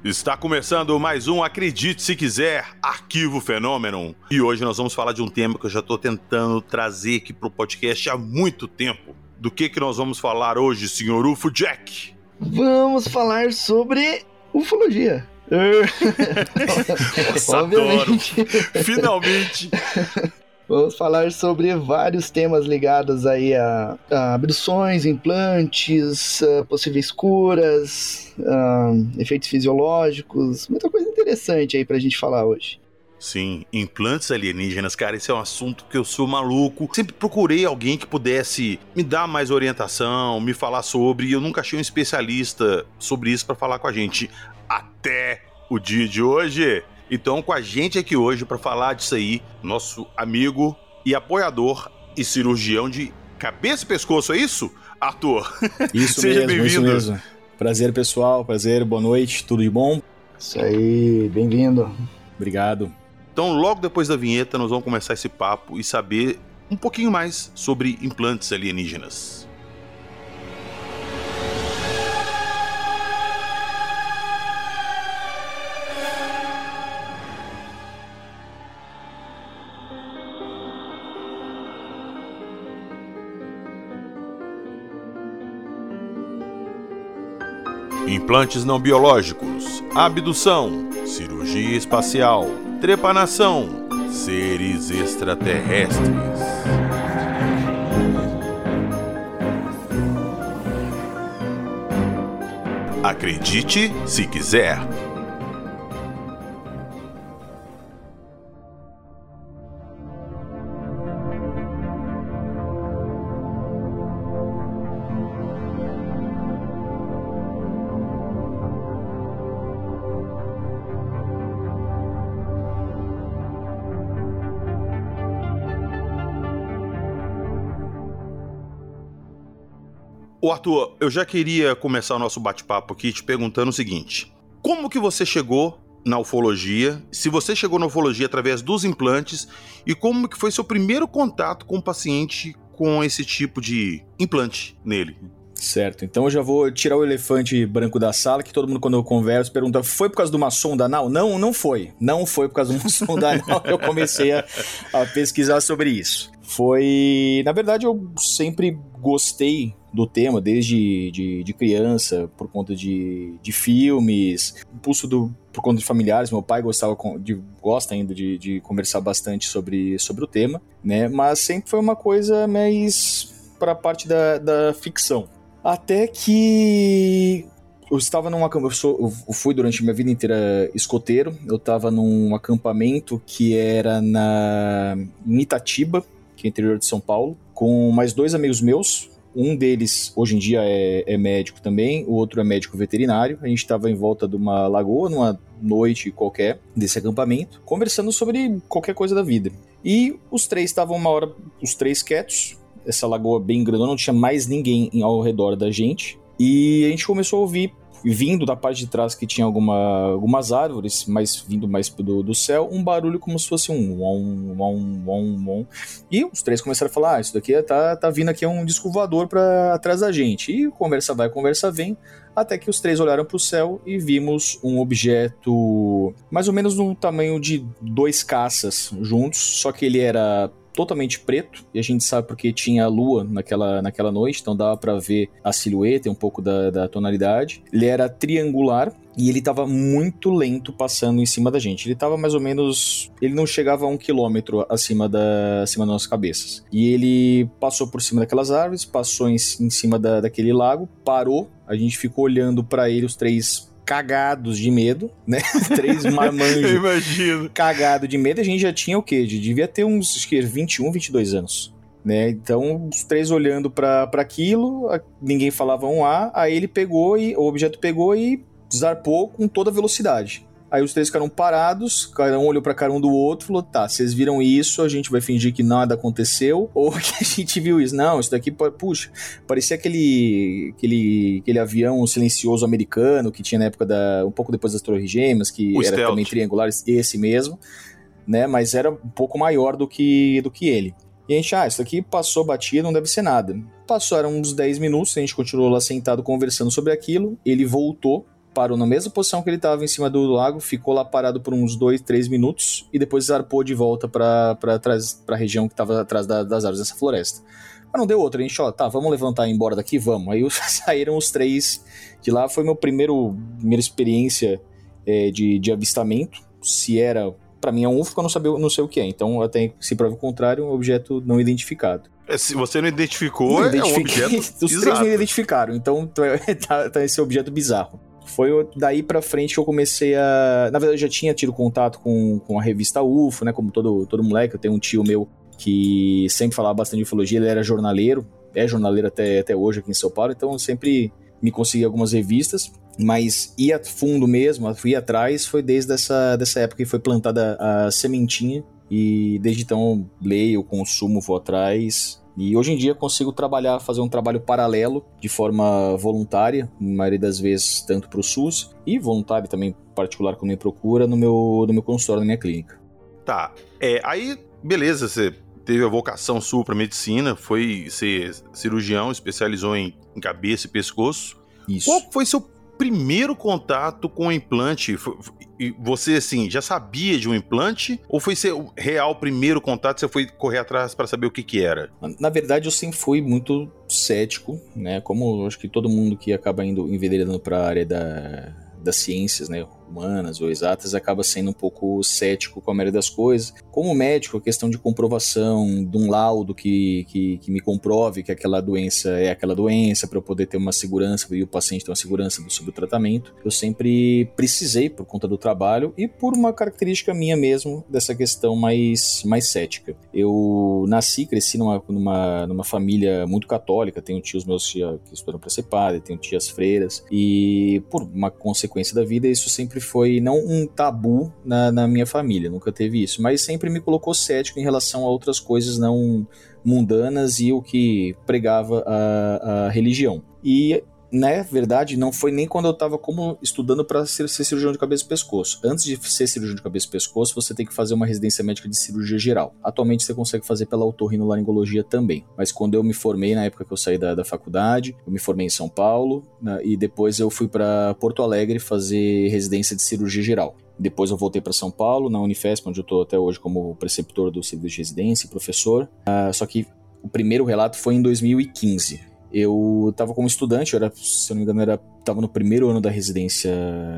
Está começando mais um Acredite Se Quiser, Arquivo Fenômeno. E hoje nós vamos falar de um tema que eu já estou tentando trazer aqui para o podcast há muito tempo. Do que nós vamos falar hoje, senhor UFO Jack? Vamos falar sobre ufologia. Obviamente. Finalmente. Vamos falar sobre vários temas ligados aí a abduções, implantes, possíveis curas, efeitos fisiológicos, muita coisa interessante aí pra gente falar hoje. Sim, implantes alienígenas, cara, esse é um assunto que eu sou maluco. Sempre procurei alguém que pudesse me dar mais orientação, me falar sobre, e eu nunca achei um especialista sobre isso pra falar com a gente. Até o dia de hoje. Então, com a gente aqui hoje para falar disso aí, nosso amigo e apoiador e cirurgião de cabeça e pescoço, é isso, Arthur? Isso Seja mesmo, bem-vindo. isso mesmo. Prazer, pessoal, prazer, boa noite, tudo de bom? Isso aí, bem-vindo. Obrigado. Então, logo depois da vinheta, nós vamos começar esse papo e saber um pouquinho mais sobre implantes alienígenas. Implantes não biológicos, abdução, cirurgia espacial, trepanação, seres extraterrestres. Acredite se quiser. Ô Arthur, eu já queria começar o nosso bate-papo aqui te perguntando o seguinte: como que você chegou na ufologia? Se você chegou na ufologia através dos implantes, e como que foi seu primeiro contato com o paciente com esse tipo de implante nele? Certo, então eu já vou tirar o elefante branco da sala, que todo mundo, quando eu converso, pergunta: foi por causa de uma sonda anal? Não, não foi. Não foi por causa de uma sonda anal que eu comecei a pesquisar sobre isso. Foi... Na verdade, eu sempre gostei do tema, desde de criança, por conta de filmes, impulso por conta de familiares. Meu pai gosta ainda de conversar bastante sobre o tema, né? Mas sempre foi uma coisa mais para a parte da ficção. Até que eu estava eu fui durante minha vida inteira escoteiro. Eu estava num acampamento que era em Itatiba, que é interior de São Paulo, com mais dois amigos meus. Um deles, hoje em dia, é médico também, o outro é médico veterinário. A gente estava em volta de uma lagoa, numa noite qualquer desse acampamento, conversando sobre qualquer coisa da vida. E os três estavam uma hora, os três quietos, essa lagoa bem grandona, não tinha mais ninguém ao redor da gente. E a gente começou a ouvir, vindo da parte de trás que tinha algumas árvores, mas vindo mais do céu, um barulho como se fosse um om. E os três começaram a falar: isso daqui tá vindo aqui um disco voador atrás da gente. E conversa vai, conversa vem, até que os três olharam para o céu e vimos um objeto mais ou menos no tamanho de 2 caças juntos, só que ele era totalmente preto, e a gente sabe porque tinha lua naquela noite, então dava pra ver a silhueta e um pouco da tonalidade. Ele era triangular e ele tava muito lento passando em cima da gente. Ele tava mais ou menos... Ele não chegava a 1 quilômetro acima das nossas cabeças. E ele passou por cima daquelas árvores, passou em cima daquele lago, parou, a gente ficou olhando pra ele, os três cagados de medo, né? 3 marmanjos. Eu imagino. Cagado de medo. A gente já tinha o quê? Devia ter uns, acho que 21, 22 anos, né? Então, os três olhando pra aquilo, ninguém falava um A, aí ele pegou e o objeto pegou e zarpou com toda velocidade. Aí os três ficaram parados, cada um olhou pra cara um do outro e falou: tá, vocês viram isso, a gente vai fingir que nada aconteceu, ou que a gente viu isso. Não, isso daqui, puxa, parecia aquele avião silencioso americano que tinha na época um pouco depois das Torres Gêmeas, que era Stealth. Também triangular, esse mesmo, né, mas era um pouco maior do que ele. E a gente, isso aqui passou batido, não deve ser nada. Passaram uns 10 minutos, a gente continuou lá sentado conversando sobre aquilo, ele voltou parou na mesma posição que ele estava em cima do lago, ficou lá parado por uns 2, 3 minutos e depois zarpou de volta para a região que estava atrás das árvores dessa floresta. Mas não deu outra, a gente, tá, vamos levantar e ir embora daqui? Vamos. Aí saíram os 3 de lá, foi minha primeira experiência de avistamento. Se era, para mim é um UFO, eu não sei o que é, então até se prova o contrário, um objeto não identificado. Se você não identificou, é um objeto Os 3 não identificaram, então tá esse objeto bizarro. Foi daí pra frente que eu comecei a... Na verdade, eu já tinha tido contato com a revista UFO, né? Como todo moleque. Eu tenho um tio meu que sempre falava bastante de ufologia, ele era jornaleiro, é jornaleiro até hoje aqui em São Paulo, então eu sempre me consegui algumas revistas, mas ir a fundo mesmo, fui atrás, foi desde dessa época que foi plantada a sementinha, e desde então leio, consumo, vou atrás, e hoje em dia consigo fazer um trabalho paralelo de forma voluntária, na maioria das vezes tanto para o SUS, e voluntário também particular quando me procura no meu consultório, na minha clínica. Tá, aí beleza, você teve a vocação sua para medicina, foi ser cirurgião, especializou em cabeça e pescoço. Isso. Qual foi seu primeiro contato com o implante? Você, assim, já sabia de um implante? Ou foi seu real primeiro contato, você foi correr atrás para saber o que era? Na verdade, eu sempre fui muito cético, né? Como acho que todo mundo que acaba enveredando para a área das ciências, né, humanas ou exatas, acaba sendo um pouco cético com a maioria das coisas. Como médico, a questão de comprovação, de um laudo que me comprove que aquela doença é aquela doença, para eu poder ter uma segurança e o paciente ter uma segurança sobre o tratamento, eu sempre precisei, por conta do trabalho e por uma característica minha mesmo, dessa questão mais cética. Eu cresci numa família muito católica, tenho tios meus que estudam para ser padre, tenho tias freiras, e por uma consequência da vida, isso sempre foi não um tabu na minha família, nunca teve isso, mas sempre me colocou cético em relação a outras coisas não mundanas e o que pregava a religião. E, na verdade, não foi nem quando eu estava estudando para ser cirurgião de cabeça e pescoço. Antes de ser cirurgião de cabeça e pescoço, você tem que fazer uma residência médica de cirurgia geral. Atualmente você consegue fazer pela otorrinolaringologia também. Mas quando eu me formei, na época que eu saí da faculdade, eu me formei em São Paulo, né, e depois eu fui para Porto Alegre fazer residência de cirurgia geral. Depois eu voltei para São Paulo, na Unifesp, onde eu estou até hoje como preceptor do serviço de residência e professor. Só que o primeiro relato foi em 2015. Eu estava como estudante, se eu não me engano, estava no primeiro ano da residência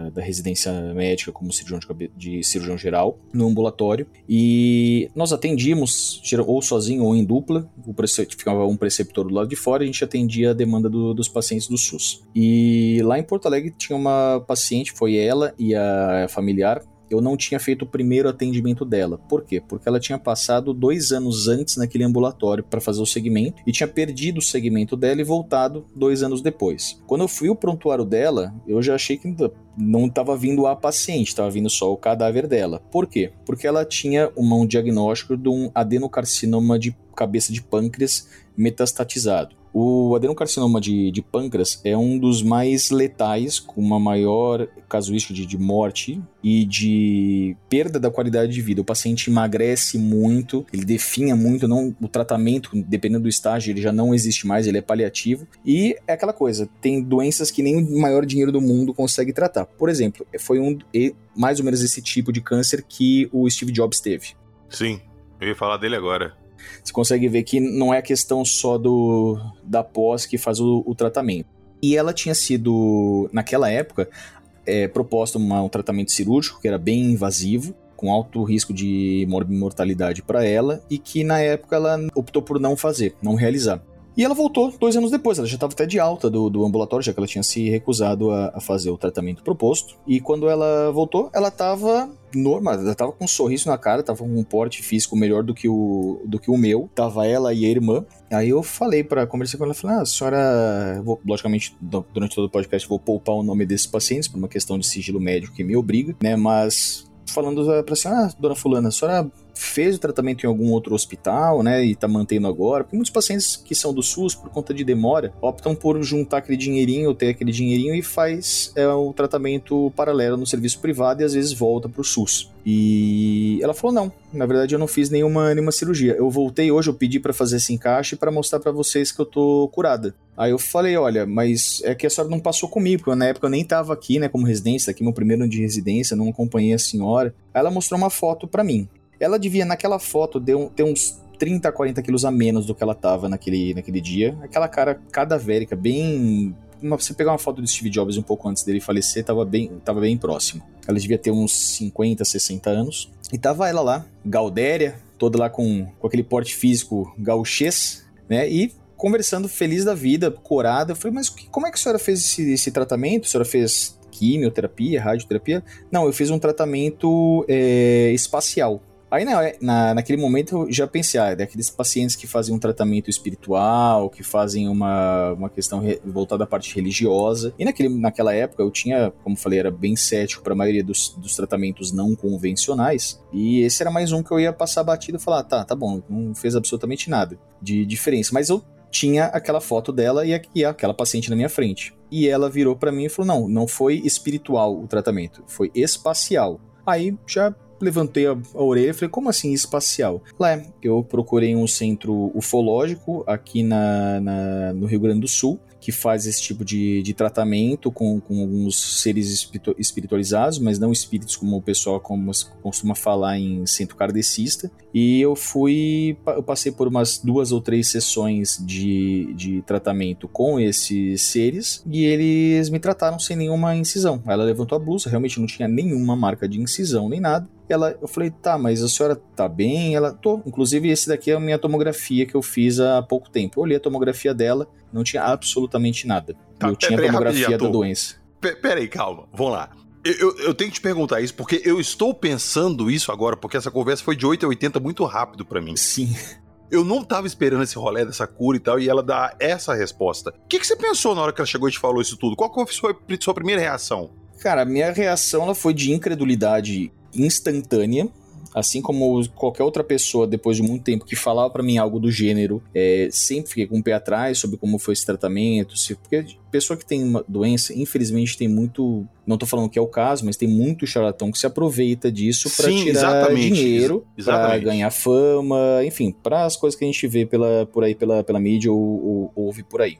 médica como cirurgião geral, no ambulatório, e nós atendíamos, ou sozinho ou em dupla, ficava um preceptor do lado de fora, e a gente atendia a demanda dos pacientes do SUS. E lá em Porto Alegre tinha uma paciente, foi ela e a familiar. Eu não tinha feito o primeiro atendimento dela. Por quê? Porque ela tinha passado 2 anos antes naquele ambulatório para fazer o segmento e tinha perdido o segmento dela e voltado 2 anos depois. Quando eu fui ao prontuário dela, eu já achei que não estava vindo a paciente, estava vindo só o cadáver dela. Por quê? Porque ela tinha um diagnóstico de um adenocarcinoma de cabeça de pâncreas metastatizado. O adenocarcinoma de pâncreas é um dos mais letais, com uma maior casuística de morte e de perda da qualidade de vida. O paciente emagrece muito, ele definha muito, o tratamento, dependendo do estágio, ele já não existe mais, ele é paliativo. E é aquela coisa, tem doenças que nem o maior dinheiro do mundo consegue tratar. Por exemplo, foi mais ou menos esse tipo de câncer que o Steve Jobs teve. Sim, eu ia falar dele agora. Você consegue ver que não é a questão só da pós que faz o tratamento. E ela tinha sido, naquela época, proposta um tratamento cirúrgico que era bem invasivo, com alto risco de mortalidade para ela, e que na época ela optou por não fazer, não realizar. E ela voltou 2 anos depois, ela já estava até de alta do ambulatório, já que ela tinha se recusado a fazer o tratamento proposto. E quando ela voltou, ela estava normal, ela estava com um sorriso na cara, estava com um porte físico melhor do que o meu. Tava ela e a irmã. Aí eu conversei com ela, falei, a senhora... logicamente, durante todo o podcast, vou poupar o nome desses pacientes, por uma questão de sigilo médico que me obriga, né, mas... falando pra senhora, dona fulana, a senhora fez o tratamento em algum outro hospital, né, e tá mantendo agora. Porque muitos pacientes que são do SUS, por conta de demora, optam por juntar aquele dinheirinho, ou ter aquele dinheirinho e faz o tratamento paralelo no serviço privado e às vezes volta pro SUS. E ela falou, não, na verdade eu não fiz nenhuma cirurgia. Eu voltei hoje, eu pedi pra fazer esse encaixe para mostrar pra vocês que eu tô curada. Aí eu falei, olha, mas é que a senhora não passou comigo, porque na época eu nem tava aqui, né, como residência, aqui meu primeiro ano de residência, não acompanhei a senhora. Aí ela mostrou uma foto pra mim. Ela devia, naquela foto, ter uns 30, 40 quilos a menos do que ela tava naquele dia. Aquela cara cadavérica, bem... Você pegar uma foto do Steve Jobs um pouco antes dele falecer, tava bem próximo. Ela devia ter uns 50, 60 anos. E tava ela lá, gaudéria, toda lá com aquele porte físico gauchês, né? E conversando, feliz da vida, corada. Eu falei, mas como é que a senhora fez esse tratamento? A senhora fez quimioterapia, radioterapia? Não, eu fiz um tratamento espacial. Aí naquele momento eu já pensei, daqueles pacientes que fazem um tratamento espiritual, que fazem uma questão voltada à parte religiosa. E naquela época eu tinha, como falei, era bem cético para a maioria dos tratamentos não convencionais. E esse era mais um que eu ia passar batido e falar, tá bom, não fez absolutamente nada de diferença. Mas eu tinha aquela foto dela e aquela paciente na minha frente. E ela virou para mim e falou, não foi espiritual o tratamento, foi espacial. Aí já levantei a orelha e falei, como assim espacial? Lá, eu procurei um centro ufológico aqui no Rio Grande do Sul, que faz esse tipo de tratamento com alguns seres espiritualizados, mas não espíritos como o pessoal costuma falar em centro kardecista. E eu passei por umas 2 ou 3 sessões de tratamento com esses seres e eles me trataram sem nenhuma incisão. Ela levantou a blusa, realmente não tinha nenhuma marca de incisão nem nada. Eu falei, tá, mas a senhora tá bem? Ela, tô. Inclusive, esse daqui é a minha tomografia que eu fiz há pouco tempo. Eu olhei a tomografia dela, não tinha absolutamente nada. Tá, eu tinha a tomografia da doença. Peraí, calma, vamos lá. Eu tenho que te perguntar isso, porque eu estou pensando isso agora, porque essa conversa foi de 8 a 80 muito rápido pra mim. Sim. Eu não tava esperando esse rolê dessa cura e tal, e ela dá essa resposta. O que você pensou na hora que ela chegou e te falou isso tudo? Qual foi a sua primeira reação? Cara, a minha reação ela foi de incredulidade instantânea, assim como qualquer outra pessoa depois de muito tempo que falava pra mim algo do gênero, sempre fiquei com o pé atrás sobre como foi esse tratamento, porque pessoa que tem uma doença, infelizmente tem muito, não tô falando que é o caso, mas tem muito charlatão que se aproveita disso pra tirar dinheiro, pra ganhar fama, enfim, para as coisas que a gente vê por aí pela mídia ou ouve por aí.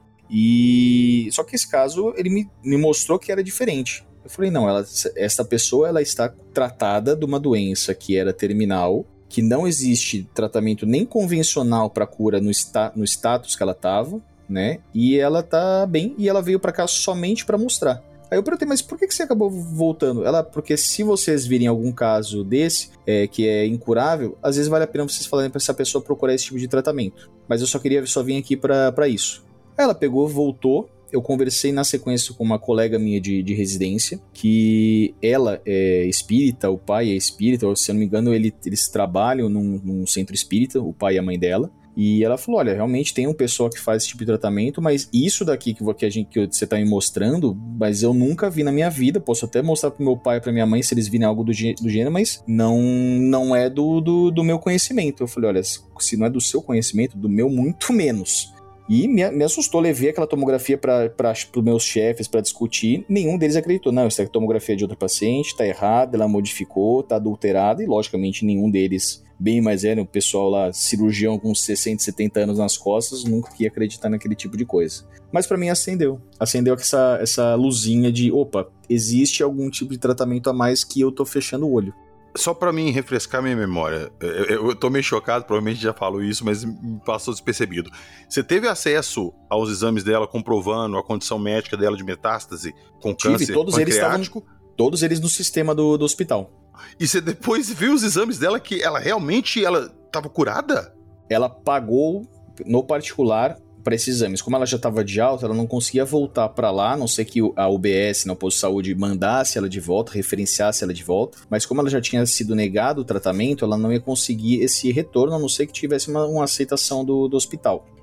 E só que esse caso ele me mostrou que era diferente. Eu falei, não, essa pessoa ela está tratada de uma doença que era terminal, que não existe tratamento nem convencional para cura no status que ela estava, né? E ela tá bem, e ela veio para cá somente para mostrar. Aí eu perguntei, mas por que você acabou voltando? Ela, porque se vocês virem algum caso desse, que é incurável, às vezes vale a pena vocês falarem para essa pessoa procurar esse tipo de tratamento. Mas eu só vim aqui para isso. Aí ela pegou, voltou. Eu conversei na sequência com uma colega minha de residência, que ela é espírita, o pai é espírita, se eu não me engano eles trabalham num centro espírita, o pai e a mãe dela, e ela falou, olha, realmente tem um pessoal que faz esse tipo de tratamento, mas isso daqui que você está me mostrando, mas eu nunca vi na minha vida, posso até mostrar pro meu pai e pra minha mãe se eles virem algo do gênero, mas não é do meu conhecimento. Eu falei, olha, se não é do seu conhecimento, do meu muito menos. E me assustou, levei aquela tomografia para os meus chefes para discutir, nenhum deles acreditou. Não, essa tomografia é de outra paciente, tá errada, ela modificou, tá adulterada, e logicamente nenhum deles, bem mais velho, o pessoal lá, cirurgião com 60, 70 anos nas costas, nunca ia acreditar naquele tipo de coisa. Mas para mim acendeu essa luzinha de, opa, existe algum tipo de tratamento a mais que eu tô fechando o olho. Só pra mim refrescar minha memória, eu tô meio chocado, provavelmente já falou isso, mas me passou despercebido. Você teve acesso aos exames dela comprovando a condição médica dela de metástase com câncer pancreático? Todos eles no sistema do hospital. E você depois viu os exames dela que ela realmente tava curada? Ela pagou no particular para esses exames. Como ela já estava de alta, ela não conseguia voltar para lá, a não ser que a UBS, no posto de saúde, mandasse ela de volta, referenciasse ela de volta. Mas como ela já tinha sido negado o tratamento, ela não ia conseguir esse retorno, a não ser que tivesse uma aceitação do hospital.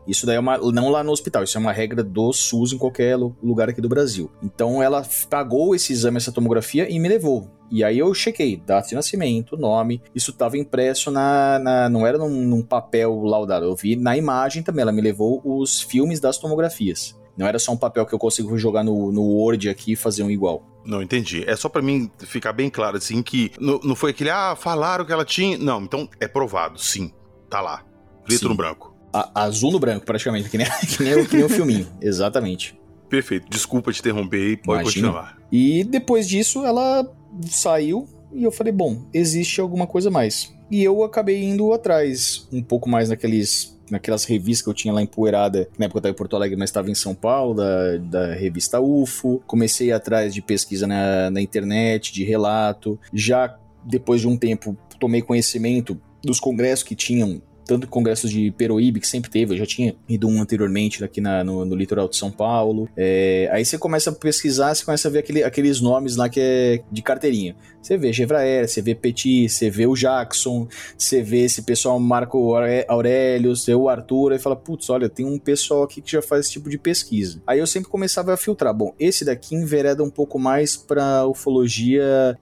Isso daí não lá no hospital, isso é uma regra do SUS em qualquer lugar aqui do Brasil. Então ela pagou esse exame, essa tomografia e me levou. E aí eu chequei, data de nascimento, nome, isso estava impresso não era num papel laudado, eu vi na imagem também, ela me levou os filmes das tomografias. Não era só um papel que eu consigo jogar no Word aqui e fazer um igual. Não, entendi. É só pra mim ficar bem claro, assim, que não foi aquele, falaram que ela tinha... Não, então é provado, sim, tá lá, preto no branco. Azul no branco, praticamente, que nem o filminho, exatamente. Perfeito, desculpa te interromper aí, pode continuar. E depois disso, ela saiu e eu falei, bom, existe alguma coisa a mais. E eu acabei indo atrás, um pouco mais naquelas revistas que eu tinha lá empoeirada, na época eu estava em Porto Alegre, mas estava em São Paulo, da revista UFO. Comecei a ir atrás de pesquisa na internet, de relato. Já depois de um tempo, tomei conhecimento dos congressos que tinham, tanto congressos de Peroíbe, que sempre teve, eu já tinha ido um anteriormente aqui no litoral de São Paulo. Aí você começa a pesquisar, você começa a ver aqueles nomes lá que é de carteirinha. Você vê Gevraer, você vê Petit, você vê o Jackson, você vê esse pessoal Marco Aurélio, você vê o Arthur, aí fala, putz, olha, tem um pessoal aqui que já faz esse tipo de pesquisa. Aí eu sempre começava a filtrar, bom, esse daqui envereda um pouco mais pra ufologia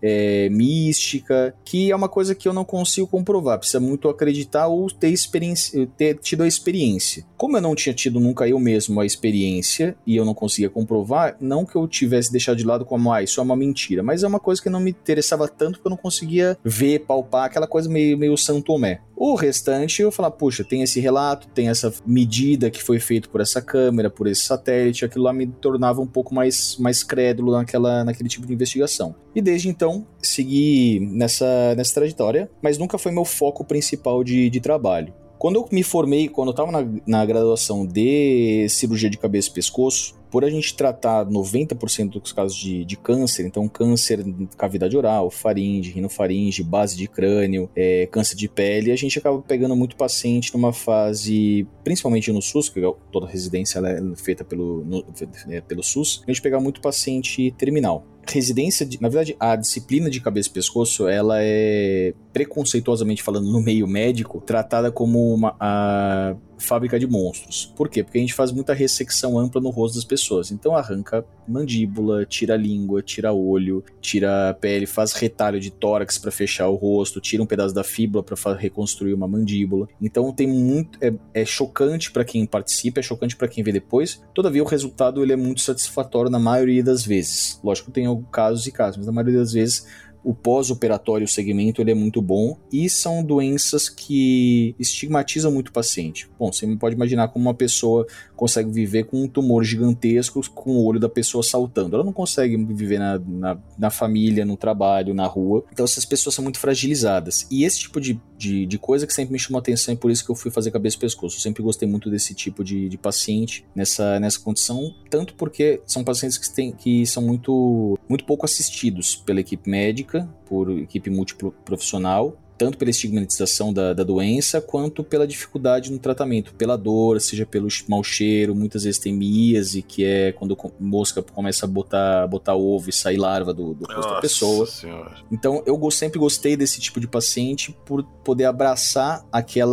mística, que é uma coisa que eu não consigo comprovar, precisa muito acreditar ou ter tido a experiência. Como eu não tinha tido nunca eu mesmo a experiência e eu não conseguia comprovar, não que eu tivesse deixado de lado como, isso é uma mentira, mas é uma coisa que não me interessava tanto porque eu não conseguia ver, palpar, aquela coisa meio São Tomé. O restante eu falava, puxa, tem esse relato, tem essa medida que foi feita por essa câmera, por esse satélite, aquilo lá me tornava um pouco mais crédulo naquele tipo de investigação. E desde então, segui nessa trajetória, mas nunca foi meu foco principal de trabalho. Quando eu me formei, quando eu estava na graduação de cirurgia de cabeça e pescoço, por a gente tratar 90% dos casos de câncer, então câncer de cavidade oral, faringe, rinofaringe, base de crânio, câncer de pele, a gente acaba pegando muito paciente numa fase, principalmente no SUS, que toda residência é feita pelo SUS, a gente pega muito paciente terminal. Na verdade, a disciplina de cabeça e pescoço, ela é, preconceituosamente falando no meio médico, tratada como a fábrica de monstros. Por quê? Porque a gente faz muita ressecção ampla no rosto das pessoas. Então arranca mandíbula, tira a língua, tira olho, tira a pele, faz retalho de tórax para fechar o rosto, tira um pedaço da fíbula para reconstruir uma mandíbula. Então tem muito, é chocante para quem participa, é chocante para quem vê depois. Todavia o resultado ele é muito satisfatório na maioria das vezes. Lógico que tem casos e casos, mas na maioria das vezes o pós-operatório, o segmento, ele é muito bom e são doenças que estigmatizam muito o paciente. Bom, você pode imaginar como uma pessoa consegue viver com um tumor gigantesco com o olho da pessoa saltando. Ela não consegue viver na família, no trabalho, na rua. Então essas pessoas são muito fragilizadas. E esse tipo de coisa que sempre me chamou a atenção e por isso que eu fui fazer cabeça e pescoço. Eu sempre gostei muito desse tipo de paciente nessa condição, tanto porque são pacientes que são muito, muito pouco assistidos pela equipe médica, por equipe multiprofissional, tanto pela estigmatização da doença, quanto pela dificuldade no tratamento, pela dor, seja pelo mau cheiro, muitas vezes tem miase, que é quando a mosca começa a botar ovo e sair larva do rosto da pessoa. Senhora. Então eu sempre gostei desse tipo de paciente por poder abraçar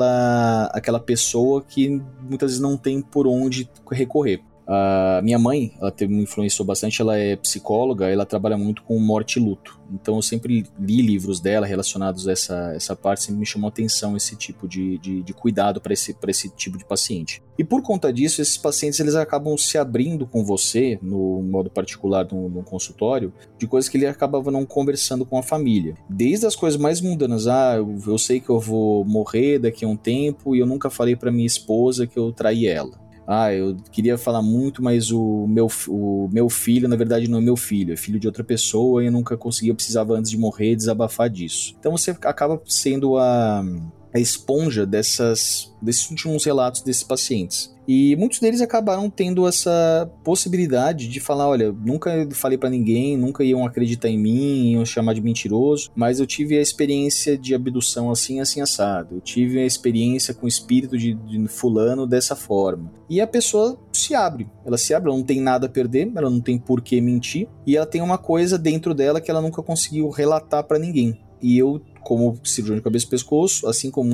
aquela pessoa que muitas vezes não tem por onde recorrer. A minha mãe, ela me influenciou bastante, ela é psicóloga, ela trabalha muito com morte e luto. Então eu sempre li livros dela relacionados a essa parte, sempre me chamou a atenção esse tipo de cuidado para esse tipo de paciente. E por conta disso, esses pacientes eles acabam se abrindo com você, no modo particular, no consultório, de coisas que ele acabava não conversando com a família. Desde as coisas mais mundanas, eu sei que eu vou morrer daqui a um tempo e eu nunca falei para minha esposa que eu traí ela. Eu queria falar muito, mas o meu filho, na verdade, não é meu filho, é filho de outra pessoa e eu nunca consegui, eu precisava antes de morrer desabafar disso. Então você acaba sendo a esponja desses últimos relatos desses pacientes. E muitos deles acabaram tendo essa possibilidade de falar, olha, nunca falei pra ninguém, nunca iam acreditar em mim, iam chamar de mentiroso, mas eu tive a experiência de abdução assim assado. Eu tive a experiência com o espírito de fulano dessa forma. E a pessoa se abre, ela não tem nada a perder, ela não tem por que mentir, e ela tem uma coisa dentro dela que ela nunca conseguiu relatar pra ninguém. E eu, como cirurgião de cabeça e pescoço, assim como muitos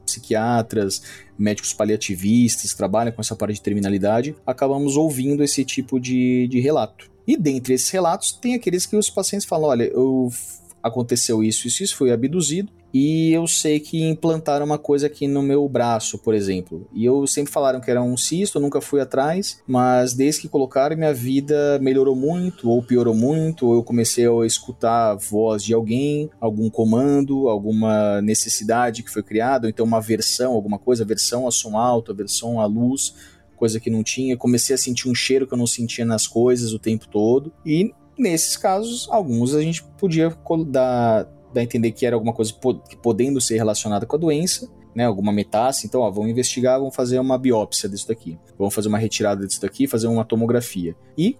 psiquiatras, médicos paliativistas, trabalham com essa parte de terminalidade, acabamos ouvindo esse tipo de relato. E dentre esses relatos, tem aqueles que os pacientes falam, olha, aconteceu isso, fui abduzido, e eu sei que implantaram uma coisa aqui no meu braço, por exemplo. E eu sempre falaram que era um cisto, eu nunca fui atrás, mas desde que colocaram, minha vida melhorou muito, ou piorou muito, ou eu comecei a escutar a voz de alguém, algum comando, alguma necessidade que foi criada, ou então uma aversão, alguma coisa, aversão a som alto, aversão à luz, coisa que não tinha. Comecei a sentir um cheiro que eu não sentia nas coisas o tempo todo. E nesses casos, alguns a gente podia dar a entender que era alguma coisa podendo ser relacionada com a doença, né, alguma metástase. Então, vamos investigar, vamos fazer uma biópsia disso daqui, vamos fazer uma retirada disso daqui, fazer uma tomografia. E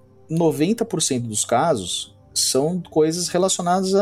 90% dos casos são coisas relacionadas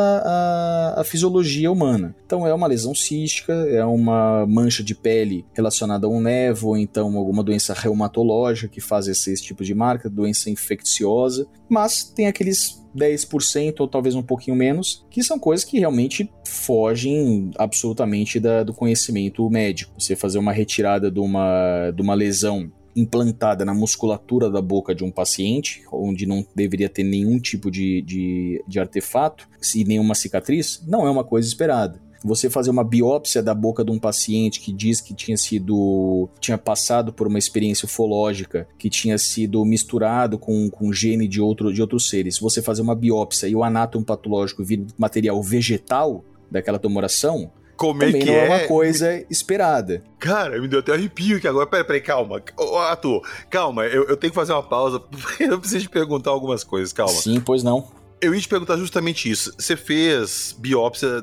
à fisiologia humana. Então é uma lesão cística, é uma mancha de pele relacionada a um nevo, ou então alguma doença reumatológica que faz esse tipo de marca, doença infecciosa, mas tem aqueles 10% ou talvez um pouquinho menos, que são coisas que realmente fogem absolutamente do conhecimento médico. Você fazer uma retirada de uma lesão implantada na musculatura da boca de um paciente, onde não deveria ter nenhum tipo de artefato e nenhuma cicatriz, não é uma coisa esperada. Você fazer uma biópsia da boca de um paciente que diz que tinha passado por uma experiência ufológica, que tinha sido misturado com gene de outros seres, você fazer uma biópsia e o anátomo patológico vir material vegetal daquela tumoração, também não é uma coisa esperada. Cara, me deu até arrepio aqui agora. Peraí, calma. Ô, Arthur, calma, eu tenho que fazer uma pausa. Eu preciso te perguntar algumas coisas, calma. Sim, pois não. Eu ia te perguntar justamente isso. Você fez biópsia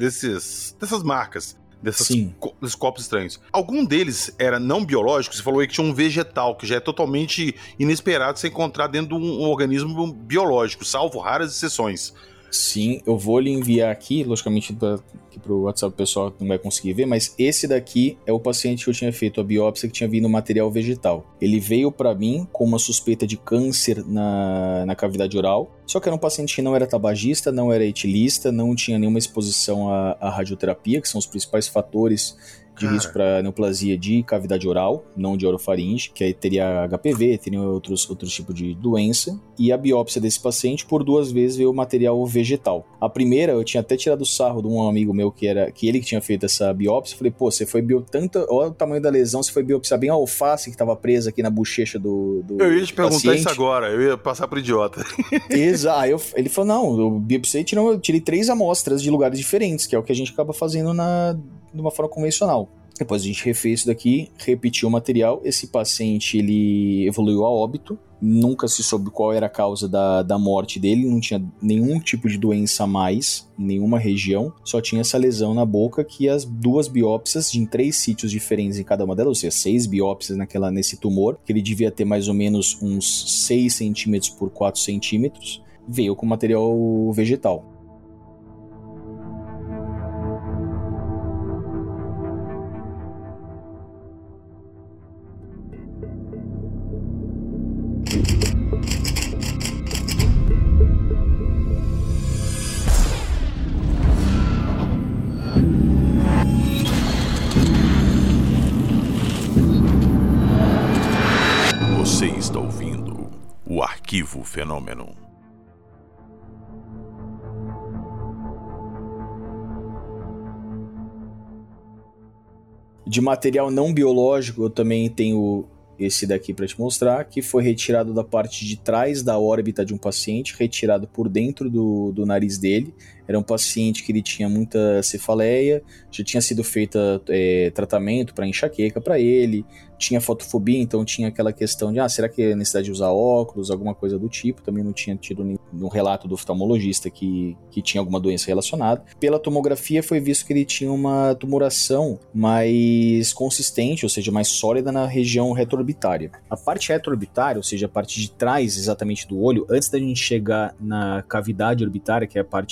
dessas marcas, desses corpos estranhos. Algum deles era não biológico? Você falou aí que tinha um vegetal, que já é totalmente inesperado você encontrar dentro de um organismo biológico, salvo raras exceções. Sim, eu vou lhe enviar aqui, logicamente aqui pro WhatsApp o pessoal não vai conseguir ver, mas esse daqui é o paciente que eu tinha feito a biópsia, que tinha vindo material vegetal. Ele veio para mim com uma suspeita de câncer na cavidade oral, só que era um paciente que não era tabagista, não era etilista, não tinha nenhuma exposição à radioterapia, que são os principais fatores de risco para neoplasia de cavidade oral, não de orofaringe, que aí teria HPV, teria outros tipos de doença. E a biópsia desse paciente, por 2 vezes, veio material vegetal. A primeira, eu tinha até tirado sarro de um amigo meu que ele que tinha feito essa biópsia. Eu falei, pô, você foi olha o tamanho da lesão, você foi biopsiar bem a alface que estava presa aqui na bochecha do Eu ia te perguntar paciente. Isso agora, eu ia passar por idiota. Exato. Ele falou, não, eu biopsiei e tirei 3 amostras de lugares diferentes, que é o que a gente acaba fazendo de uma forma convencional. Depois a gente refez isso daqui, repetiu o material. Esse paciente, ele evoluiu a óbito. Nunca se soube qual era a causa da morte dele. Não tinha nenhum tipo de doença a mais em nenhuma região. Só tinha essa lesão na boca, que as 2 biópsias em 3 sítios diferentes em cada uma delas, ou seja, 6 biópsias nesse tumor, que ele devia ter mais ou menos uns 6 centímetros por 4 centímetros, veio com material vegetal. Você está ouvindo o Arquivo Fenômeno. De material não biológico, eu também tenho esse daqui para te mostrar, que foi retirado da parte de trás da órbita de um paciente, retirado por dentro do nariz dele. Era um paciente que ele tinha muita cefaleia, já tinha sido feito tratamento para enxaqueca para ele, tinha fotofobia, então tinha aquela questão de, será que é necessidade de usar óculos, alguma coisa do tipo. Também não tinha tido nenhum relato do oftalmologista que tinha alguma doença relacionada. Pela tomografia foi visto que ele tinha uma tumoração mais consistente, ou seja, mais sólida na região retroorbitária. A parte retroorbitária, ou seja, a parte de trás exatamente do olho, antes da gente chegar na cavidade orbitária, que é a parte óssea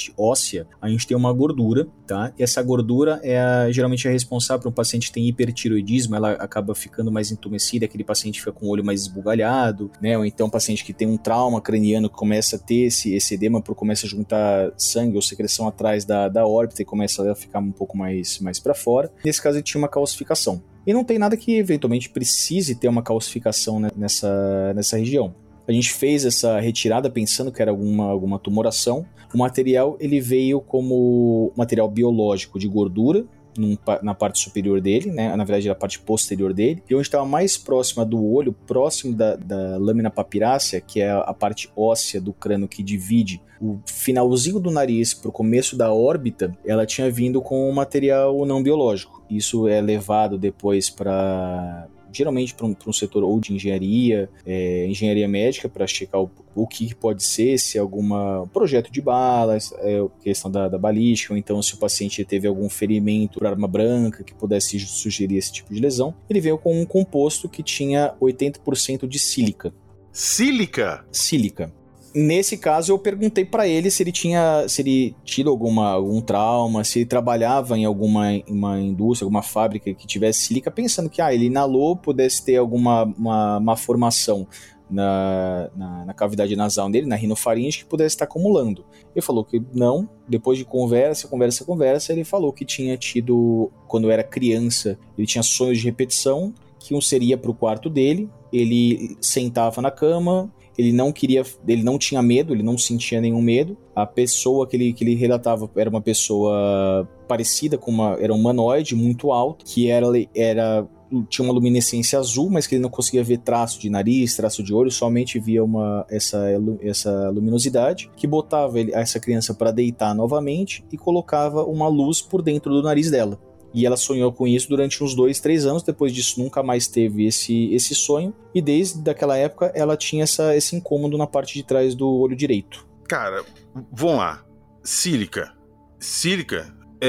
óssea, a gente tem uma gordura, tá? E essa gordura geralmente é responsável por um paciente que tem hipertiroidismo, ela acaba ficando mais entumecida, aquele paciente fica com o olho mais esbugalhado, né? Ou então um paciente que tem um trauma craniano que começa a ter esse edema, começa a juntar sangue ou secreção atrás da órbita e começa a ficar um pouco mais para fora. Nesse caso ele tinha uma calcificação. E não tem nada que eventualmente precise ter uma calcificação, né, nessa região. A gente fez essa retirada pensando que era alguma tumoração. O material ele veio como material biológico de gordura na parte superior dele, né? Na verdade, na parte posterior dele. E onde estava mais próxima do olho, próximo da lâmina papirácea, que é a parte óssea do crânio que divide o finalzinho do nariz para o começo da órbita, ela tinha vindo com material não biológico. Isso é levado depois geralmente para um setor ou de engenharia médica, para checar o que pode ser, se algum projeto de balas, questão da balística, ou então se o paciente teve algum ferimento por arma branca que pudesse sugerir esse tipo de lesão. Ele veio com um composto que tinha 80% de sílica. Sílica? Sílica. Nesse caso, eu perguntei para ele se ele tinha tido algum trauma, se ele trabalhava em alguma indústria, alguma fábrica que tivesse sílica, pensando que ele inalou, pudesse ter alguma formação na cavidade nasal dele, na rinofaringe, que pudesse estar acumulando. Ele falou que não. Depois de conversa, ele falou que tinha tido, quando era criança, ele tinha sonhos de repetição, que um seria para o quarto dele, ele sentava na cama. Ele não tinha medo, ele não sentia nenhum medo. A pessoa que ele relatava era uma pessoa parecida com era um humanoide muito alto, que tinha uma luminescência azul, mas que ele não conseguia ver traço de nariz, traço de olho, somente via essa luminosidade, que botava essa criança para deitar novamente e colocava uma luz por dentro do nariz dela. E ela sonhou com isso durante uns 2-3 anos. Depois disso, nunca mais teve esse sonho. E desde aquela época, ela tinha esse incômodo na parte de trás do olho direito. Cara, vamos lá. Sílica. Sílica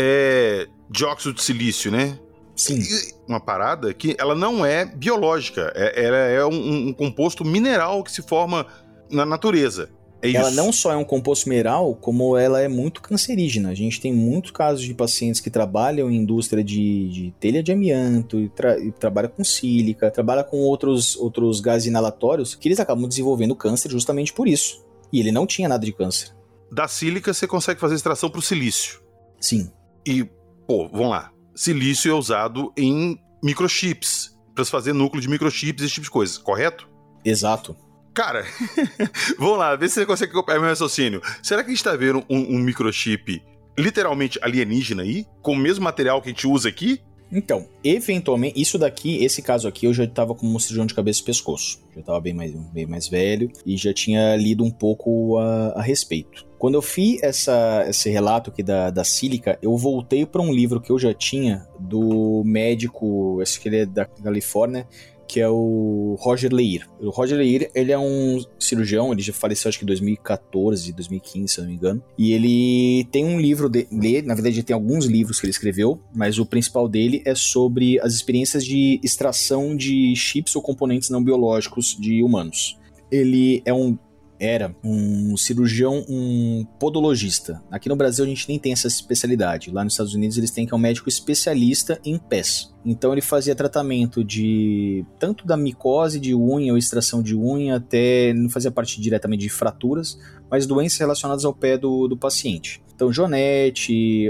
é dióxido de silício, né? Sim. Uma parada que ela não é biológica. Ela é um composto mineral que se forma na natureza. Ela não só é um composto mineral, como ela é muito cancerígena. A gente tem muitos casos de pacientes que trabalham em indústria de telha de amianto, e trabalham com sílica, trabalham com outros gases inalatórios, que eles acabam desenvolvendo câncer justamente por isso. E ele não tinha nada de câncer. Da sílica você consegue fazer extração pro silício. Sim. E, vamos lá. Silício é usado em microchips, para se fazer núcleo de microchips e esse tipo de coisa, correto? Exato. Cara, vamos lá, vê se você consegue acompanhar meu raciocínio. Será que a gente tá vendo um microchip literalmente alienígena aí? Com o mesmo material que a gente usa aqui? Então, eventualmente, esse caso aqui, eu já tava com um cirurgião de cabeça e pescoço. Já tava bem mais velho e já tinha lido um pouco a respeito. Quando eu fiz esse relato aqui da sílica, eu voltei para um livro que eu já tinha do médico, acho que ele é da Califórnia, que é o Roger Leir. O Roger Leir, ele é um cirurgião, ele já faleceu acho que em 2014, 2015, se não me engano. E ele tem um livro dele, na verdade ele tem alguns livros que ele escreveu, mas o principal dele é sobre as experiências de extração de chips ou componentes não biológicos de humanos. Ele era um cirurgião, um podologista. Aqui no Brasil a gente nem tem essa especialidade. Lá nos Estados Unidos eles têm que é um médico especialista em pés. Então ele fazia tratamento tanto da micose de unha ou extração de unha, até não fazia parte diretamente de fraturas, mas doenças relacionadas ao pé do paciente. Então, Jonete,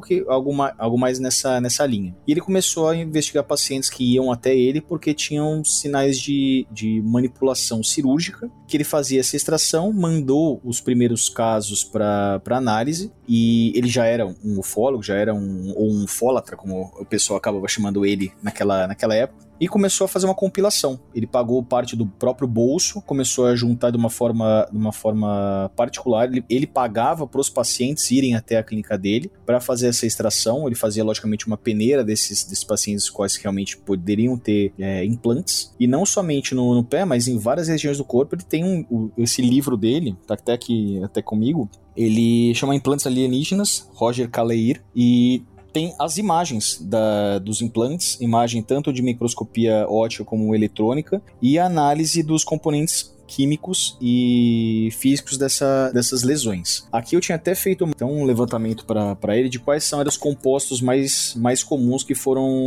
algo mais nessa linha. E ele começou a investigar pacientes que iam até ele porque tinham sinais de manipulação cirúrgica, que ele fazia essa extração, mandou os primeiros casos para análise, e ele já era um ufólogo, já era um ufólatra, como o pessoal acabava chamando ele naquela época. E começou a fazer uma compilação. Ele pagou parte do próprio bolso, começou a juntar de uma forma particular. Ele pagava para os pacientes irem até a clínica dele para fazer essa extração. Ele fazia, logicamente, uma peneira desses pacientes quais realmente poderiam ter implantes. E não somente no pé, mas em várias regiões do corpo. Ele tem esse livro dele, tá até comigo. Ele chama Implantes Alienígenas, Roger K. Leir, e tem as imagens dos implantes, imagem tanto de microscopia óptica como eletrônica, e a análise dos componentes químicos e físicos dessas lesões. Aqui eu tinha até feito um levantamento para ele de quais são os compostos mais comuns que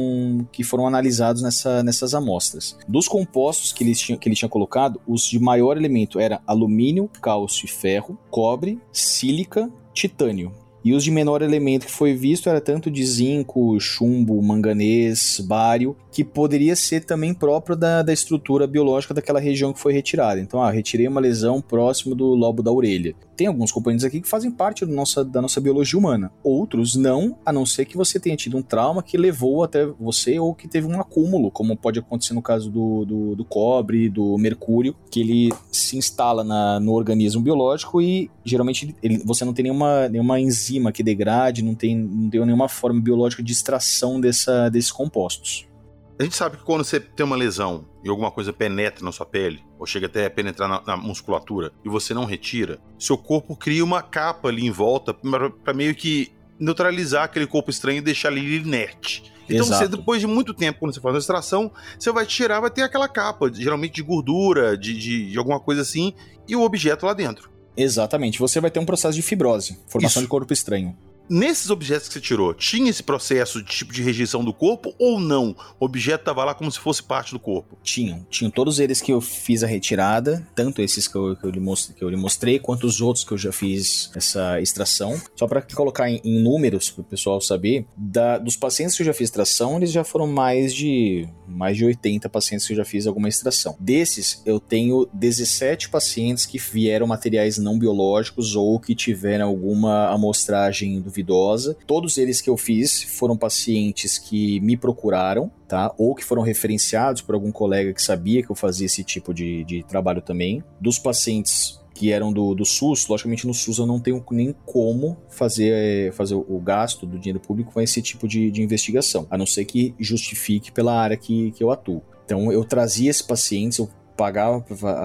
foram analisados nessas amostras. Dos compostos que ele tinha colocado, os de maior elemento era alumínio, cálcio e ferro, cobre, sílica, titânio. E os de menor elemento que foi visto era tanto de zinco, chumbo, manganês, bário, que poderia ser também próprio da estrutura biológica daquela região que foi retirada. Então, retirei uma lesão próximo do lobo da orelha. Tem alguns componentes aqui que fazem parte da nossa biologia humana. Outros não, a não ser que você tenha tido um trauma que levou até você ou que teve um acúmulo, como pode acontecer no caso do cobre, do mercúrio, que ele se instala no organismo biológico e geralmente você não tem nenhuma enzima que degrade, não deu nenhuma forma biológica de extração desses compostos. A gente sabe que quando você tem uma lesão e alguma coisa penetra na sua pele, ou chega até a penetrar na musculatura, e você não retira, seu corpo cria uma capa ali em volta para meio que neutralizar aquele corpo estranho e deixar ele inerte. Então você, depois de muito tempo, quando você faz uma extração, você vai tirar, vai ter aquela capa, geralmente de gordura, de alguma coisa assim, e o objeto lá dentro. Exatamente, você vai ter um processo de fibrose, formação de corpo estranho. Nesses objetos que você tirou, tinha esse processo de tipo de rejeição do corpo ou não? O objeto estava lá como se fosse parte do corpo? Tinham todos eles que eu fiz a retirada, tanto esses que eu lhe mostrei, quanto os outros que eu já fiz essa extração. Só para colocar em números, para o pessoal saber, dos pacientes que eu já fiz extração, eles já foram mais de 80 pacientes que eu já fiz alguma extração. Desses, eu tenho 17 pacientes que vieram materiais não biológicos ou que tiveram alguma amostragem duvidosa. Todos eles que eu fiz foram pacientes que me procuraram, tá? Ou que foram referenciados por algum colega que sabia que eu fazia esse tipo de trabalho também. Dos pacientes que eram do SUS, logicamente no SUS eu não tenho nem como fazer o gasto do dinheiro público com esse tipo de investigação, a não ser que justifique pela área que eu atuo. Então eu trazia esses pacientes, eu pagava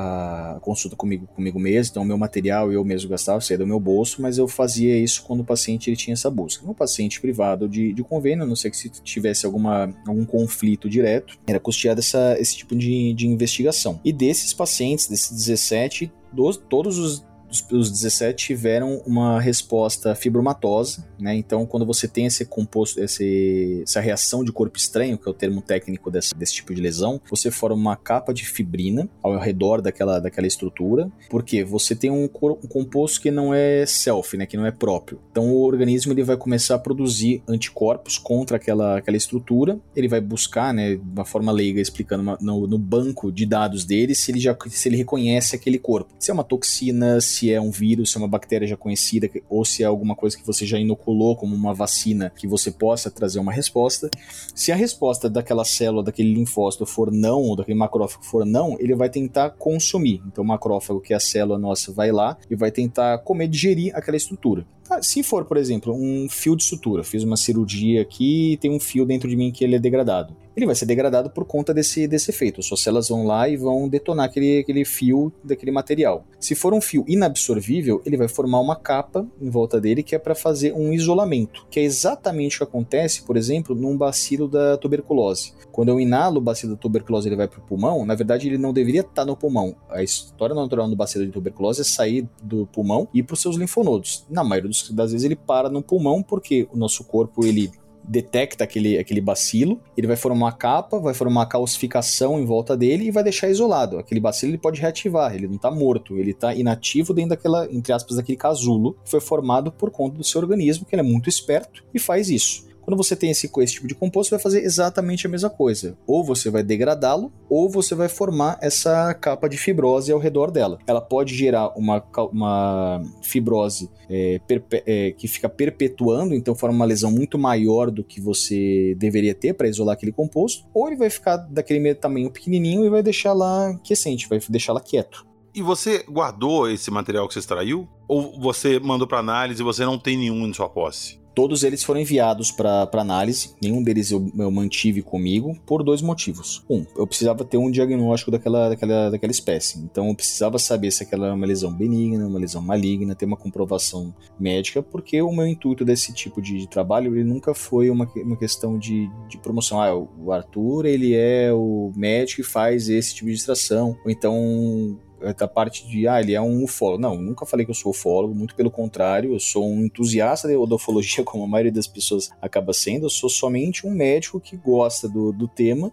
a consulta comigo mesmo, então o meu material eu mesmo gastava, saía do meu bolso, mas eu fazia isso quando o paciente ele tinha essa busca. No paciente privado de convênio, a não ser que se tivesse algum conflito direto, era custeado esse tipo de investigação. E desses pacientes, desses 17, todos os 17 tiveram uma resposta fibromatosa, né? Então, quando você tem esse composto, essa reação de corpo estranho, que é o termo técnico desse tipo de lesão, você forma uma capa de fibrina ao redor daquela estrutura, porque você tem um composto que não é self, né? Que não é próprio. Então, o organismo ele vai começar a produzir anticorpos contra aquela estrutura, ele vai buscar, né, de uma forma leiga, explicando no banco de dados dele, se ele reconhece aquele corpo. Se é uma toxina, se é um vírus, se é uma bactéria já conhecida, ou se é alguma coisa que você já inoculou como uma vacina que você possa trazer uma resposta. Se a resposta daquela célula, daquele linfócito for não, ou daquele macrófago for não, ele vai tentar consumir. Então o macrófago, que é a célula nossa, vai lá e vai tentar digerir aquela estrutura. Se for, por exemplo, um fio de sutura, fiz uma cirurgia aqui e tem um fio dentro de mim que ele é degradado. Ele vai ser degradado por conta desse efeito. Suas células vão lá e vão detonar aquele fio daquele material. Se for um fio inabsorvível, ele vai formar uma capa em volta dele que é para fazer um isolamento, que é exatamente o que acontece, por exemplo, num bacilo da tuberculose. Quando eu inalo o bacilo da tuberculose, ele vai para o pulmão, na verdade ele não deveria estar no pulmão. A história natural do bacilo de tuberculose é sair do pulmão e ir para os seus linfonodos. Na maioria das vezes ele para no pulmão porque o nosso corpo ele detecta aquele bacilo, ele vai formar uma capa, vai formar uma calcificação em volta dele e vai deixar isolado. Aquele bacilo ele pode reativar, ele não está morto, ele está inativo dentro daquela, entre aspas, daquele casulo que foi formado por conta do seu organismo, que ele é muito esperto e faz isso. Quando você tem esse tipo de composto, você vai fazer exatamente a mesma coisa. Ou você vai degradá-lo, ou você vai formar essa capa de fibrose ao redor dela. Ela pode gerar uma fibrose que fica perpetuando, então forma uma lesão muito maior do que você deveria ter para isolar aquele composto, ou ele vai ficar daquele tamanho pequenininho e vai deixar lá quiescente, vai deixar lá quieto. E você guardou esse material que você extraiu? Ou você mandou para análise e você não tem nenhum em sua posse? Todos eles foram enviados para análise, nenhum deles eu mantive comigo por 2 motivos. Eu precisava ter um diagnóstico daquela espécie, então eu precisava saber se aquela é uma lesão benigna, uma lesão maligna, ter uma comprovação médica, porque o meu intuito desse tipo de trabalho ele nunca foi uma questão de promoção. O Arthur ele é o médico e faz esse tipo de extração, ou então da parte de, ele é um ufólogo. Não, nunca falei que eu sou ufólogo, muito pelo contrário, eu sou um entusiasta de ufologia, como a maioria das pessoas acaba sendo, eu sou somente um médico que gosta do tema,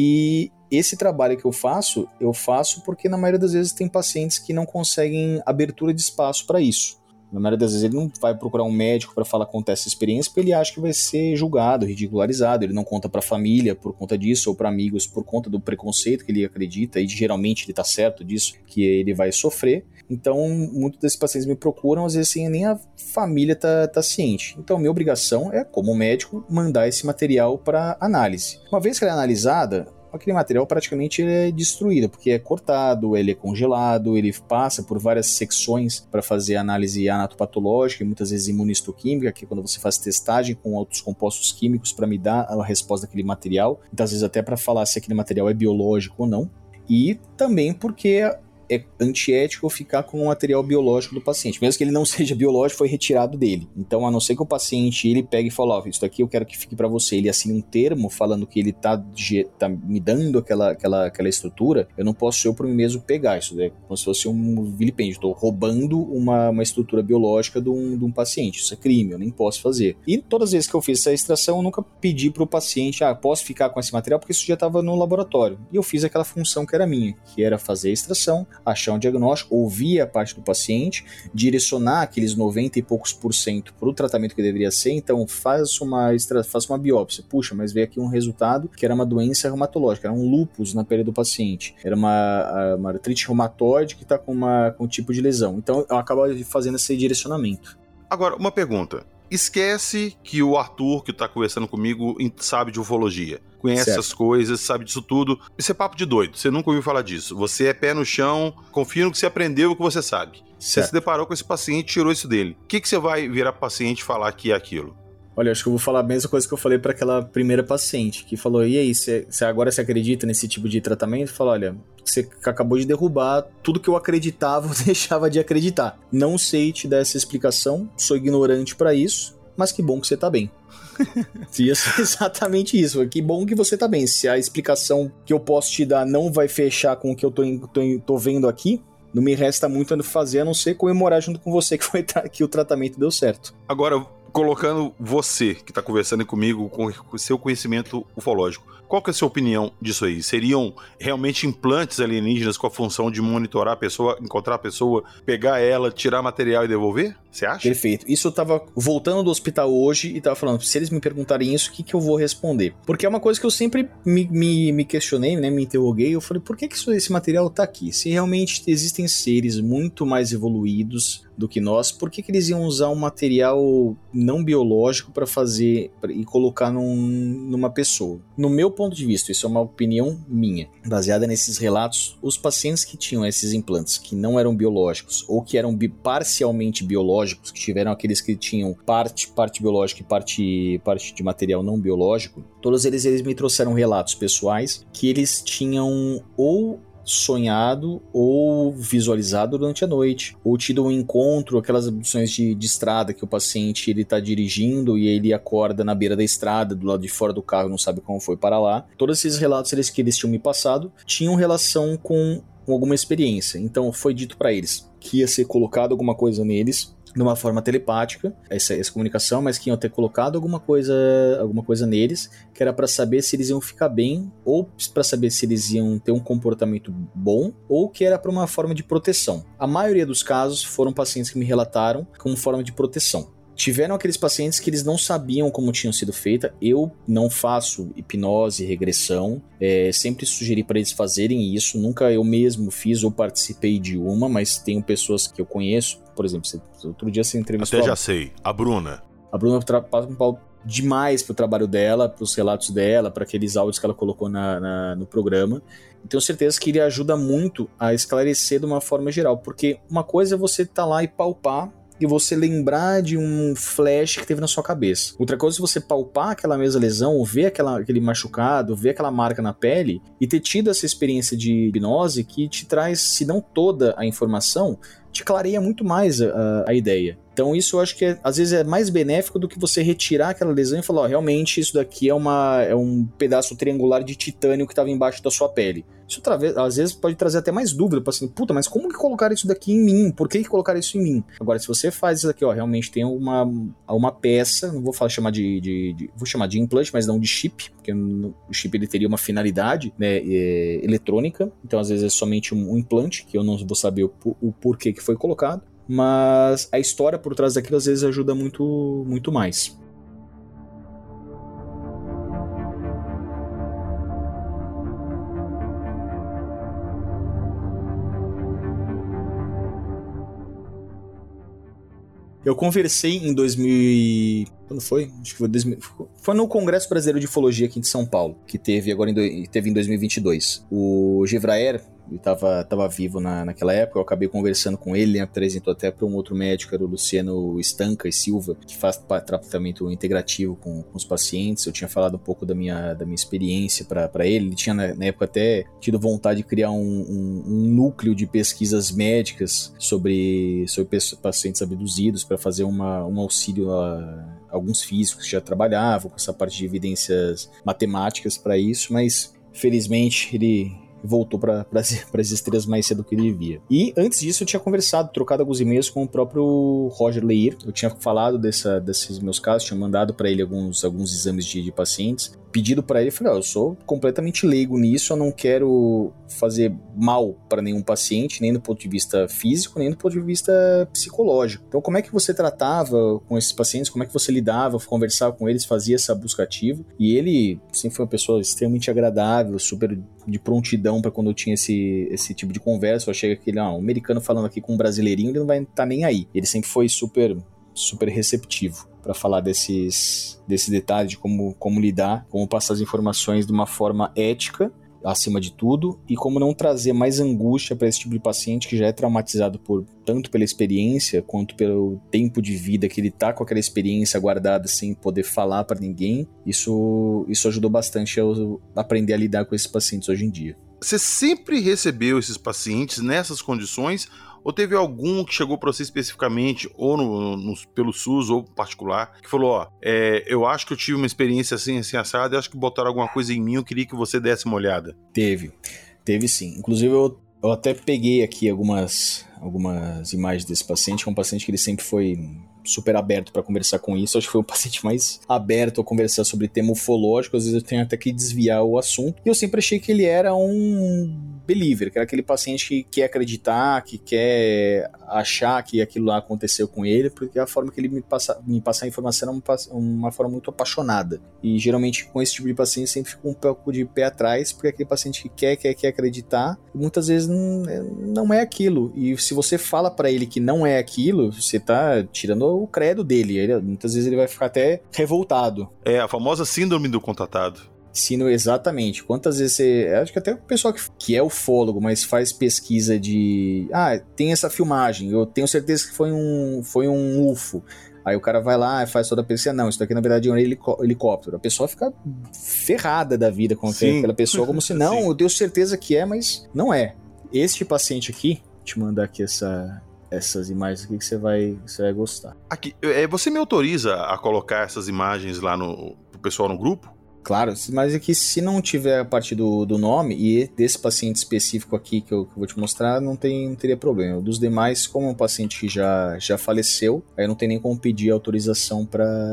e esse trabalho que eu faço porque na maioria das vezes tem pacientes que não conseguem abertura de espaço para isso. Na maioria das vezes ele não vai procurar um médico para falar contar essa experiência porque ele acha que vai ser julgado, ridicularizado, ele não conta para a família por conta disso ou para amigos por conta do preconceito que ele acredita e geralmente ele está certo disso, que ele vai sofrer. Então muitos desses pacientes me procuram, às vezes assim, nem a família tá ciente. Então minha obrigação é, como médico, mandar esse material para análise. Uma vez que ela é analisada, aquele material praticamente ele é destruído, porque é cortado, ele é congelado, ele passa por várias secções para fazer análise anatopatológica e muitas vezes imunistoquímica, que é quando você faz testagem com outros compostos químicos para me dar a resposta daquele material, muitas vezes até para falar se aquele material é biológico ou não, e também porque é antiético ficar com o material biológico do paciente, mesmo que ele não seja biológico, foi retirado dele. Então, a não ser que o paciente ele pegue e fale, isso daqui eu quero que fique para você, ele assine um termo falando que ele tá me dando aquela estrutura, eu não posso eu por mim mesmo pegar isso, é como se fosse um vilipêndio, estou roubando uma estrutura biológica de um paciente, isso é crime, eu nem posso fazer. E todas as vezes que eu fiz essa extração, eu nunca pedi para o paciente, posso ficar com esse material, porque isso já estava no laboratório, e eu fiz aquela função que era minha, que era fazer a extração, achar um diagnóstico, ouvir a parte do paciente, direcionar aqueles 90 e poucos % para o tratamento que deveria ser, então faça uma biópsia, puxa, mas veio aqui um resultado que era uma doença reumatológica, era um lúpus na pele do paciente, era uma artrite reumatoide que está com um tipo de lesão, então eu acabo fazendo esse direcionamento. Agora, uma pergunta. Esquece que o Arthur, que tá conversando comigo, sabe de ufologia. Conhece essas coisas, sabe disso tudo. Isso é papo de doido, você nunca ouviu falar disso. Você é pé no chão, confia no que você aprendeu e o que você sabe. Certo. Você se deparou com esse paciente e tirou isso dele. O que você vai virar pro paciente e falar que é aquilo? Olha, acho que eu vou falar a mesma coisa que eu falei para aquela primeira paciente, que falou, e aí, você agora se acredita nesse tipo de tratamento? Fala, olha, você acabou de derrubar tudo que eu acreditava, eu deixava de acreditar. Não sei te dar essa explicação, sou ignorante para isso, mas que bom que você tá bem. Exatamente isso, que bom que você tá bem. Se a explicação que eu posso te dar não vai fechar com o que eu tô vendo aqui, não me resta muito a fazer, a não ser comemorar junto com você que o tratamento deu certo. Agora, colocando você, que está conversando comigo, com o seu conhecimento ufológico, qual que é a sua opinião disso aí? Seriam realmente implantes alienígenas com a função de monitorar a pessoa, encontrar a pessoa, pegar ela, tirar material e devolver? Você acha? Perfeito. Isso eu tava voltando do hospital hoje e tava falando, se eles me perguntarem isso, o que eu vou responder? Porque é uma coisa que eu sempre me questionei, né, me interroguei, eu falei, por que esse material tá aqui? Se realmente existem seres muito mais evoluídos do que nós, por que eles iam usar um material não biológico para fazer e colocar numa pessoa? No meu ponto de vista, isso é uma opinião minha, baseada nesses relatos, os pacientes que tinham esses implantes que não eram biológicos ou que eram parcialmente biológicos, que tiveram aqueles que tinham parte biológica e parte de material não biológico, todos eles me trouxeram relatos pessoais que eles tinham ou sonhado ou visualizado durante a noite, ou tido um encontro, aquelas abduções de estrada que o paciente ele tá dirigindo e ele acorda na beira da estrada, do lado de fora do carro, não sabe como foi para lá. Todos esses relatos que eles tinham me passado tinham relação com alguma experiência, então foi dito para eles que ia ser colocado alguma coisa neles de uma forma telepática, essa comunicação, mas que iam ter colocado alguma coisa neles, que era para saber se eles iam ficar bem, ou para saber se eles iam ter um comportamento bom, ou que era para uma forma de proteção. A maioria dos casos foram pacientes que me relataram como forma de proteção. Tiveram aqueles pacientes que eles não sabiam como tinham sido feitas. Eu não faço hipnose, regressão, sempre sugeri para eles fazerem isso, nunca eu mesmo fiz ou participei de uma, mas tenho pessoas que eu conheço, por exemplo, outro dia você entrevistou... Até já sei, a Bruna. A Bruna passa um pau demais pro trabalho dela, pros relatos dela, para aqueles áudios que ela colocou no programa. E tenho certeza que ele ajuda muito a esclarecer de uma forma geral, porque uma coisa é você estar lá e palpar e você lembrar de um flash que teve na sua cabeça. Outra coisa é você palpar aquela mesma lesão, ou ver aquele machucado, ver aquela marca na pele e ter tido essa experiência de hipnose que te traz, se não toda a informação, te clareia muito mais a ideia. Então isso eu acho que às vezes é mais benéfico do que você retirar aquela lesão e falar, realmente isso daqui é um pedaço triangular de titânio que estava embaixo da sua pele. Isso às vezes pode trazer até mais dúvida, para assim, puta, mas como que colocaram isso daqui em mim? Por que colocaram isso em mim? Agora, se você faz isso aqui, realmente tem uma peça, não vou chamar vou chamar de implante, mas não de chip, porque o chip ele teria uma finalidade, né, eletrônica, então às vezes é somente um implante, que eu não vou saber o porquê que foi colocado, mas a história por trás daquilo às vezes ajuda muito, muito mais. Eu conversei em 2000. Quando foi? Acho que foi 2000. Foi no Congresso Brasileiro de Ufologia aqui em São Paulo, que teve em 2022. O Gevraer, ele tava vivo naquela época, eu acabei conversando com ele, apresentou até para um outro médico, era o Luciano Stanca e Silva, que faz tratamento integrativo com os pacientes. Eu tinha falado um pouco da minha experiência para ele. Ele tinha na época até tido vontade de criar um núcleo de pesquisas médicas sobre pacientes abduzidos, para fazer um auxílio a alguns físicos que já trabalhavam com essa parte de evidências matemáticas para isso, mas felizmente ele voltou para as estrelas mais cedo do que ele devia. E antes disso eu tinha trocado alguns e-mails com o próprio Roger Leir. Eu tinha falado desses meus casos, tinha mandado para ele alguns exames de pacientes, pedido para ele, falei, eu sou completamente leigo nisso, eu não quero fazer mal para nenhum paciente, nem do ponto de vista físico, nem do ponto de vista psicológico. Então, como é que você tratava com esses pacientes, como é que você lidava, conversava com eles, fazia essa busca ativa? E ele sempre foi uma pessoa extremamente agradável, super de prontidão para quando eu tinha esse tipo de conversa. Eu achei que um americano falando aqui com um brasileirinho, ele não vai estar nem aí. Ele sempre foi super receptivo para falar desse detalhe de como lidar, como passar as informações de uma forma ética, acima de tudo, e como não trazer mais angústia para esse tipo de paciente que já é traumatizado tanto pela experiência quanto pelo tempo de vida que ele tá com aquela experiência guardada sem poder falar para ninguém. Isso ajudou bastante a aprender a lidar com esses pacientes hoje em dia. Você sempre recebeu esses pacientes nessas condições? Ou teve algum que chegou para você especificamente, ou pelo SUS ou particular, que falou, eu acho que eu tive uma experiência assim assada, eu acho que botaram alguma coisa em mim, eu queria que você desse uma olhada? Teve sim. Inclusive eu até peguei aqui algumas imagens desse paciente, que é um paciente que ele sempre foi super aberto para conversar com isso. Acho que foi o paciente mais aberto a conversar sobre tema ufológico. Às vezes eu tenho até que desviar o assunto. E eu sempre achei que ele era um believer, que era aquele paciente que quer acreditar, que quer achar que aquilo lá aconteceu com ele, porque a forma que ele me passa a informação era uma forma muito apaixonada. E geralmente com esse tipo de paciente sempre fica um pouco de pé atrás, porque é aquele paciente que quer acreditar, e muitas vezes não é aquilo. E se você fala para ele que não é aquilo, você tá tirando o credo dele. Muitas vezes ele vai ficar até revoltado. É a famosa síndrome do contatado. Sim, exatamente. Quantas vezes acho que até o pessoal que é ufólogo, mas faz pesquisa de... tem essa filmagem, eu tenho certeza que foi um UFO. Aí o cara vai lá e faz toda a pesquisa. Não, isso daqui na verdade é um helicóptero. A pessoa fica ferrada da vida com aquela pessoa, como se não, eu tenho certeza que é, mas não é. Este paciente aqui, vou te mandar aqui essas imagens aqui que você vai gostar. Aqui, você me autoriza a colocar essas imagens lá pro pessoal no grupo? Claro, mas aqui se não tiver a parte do nome e desse paciente específico aqui que eu vou te mostrar, não teria problema. Dos demais, como é um paciente que já faleceu, aí não tem nem como pedir autorização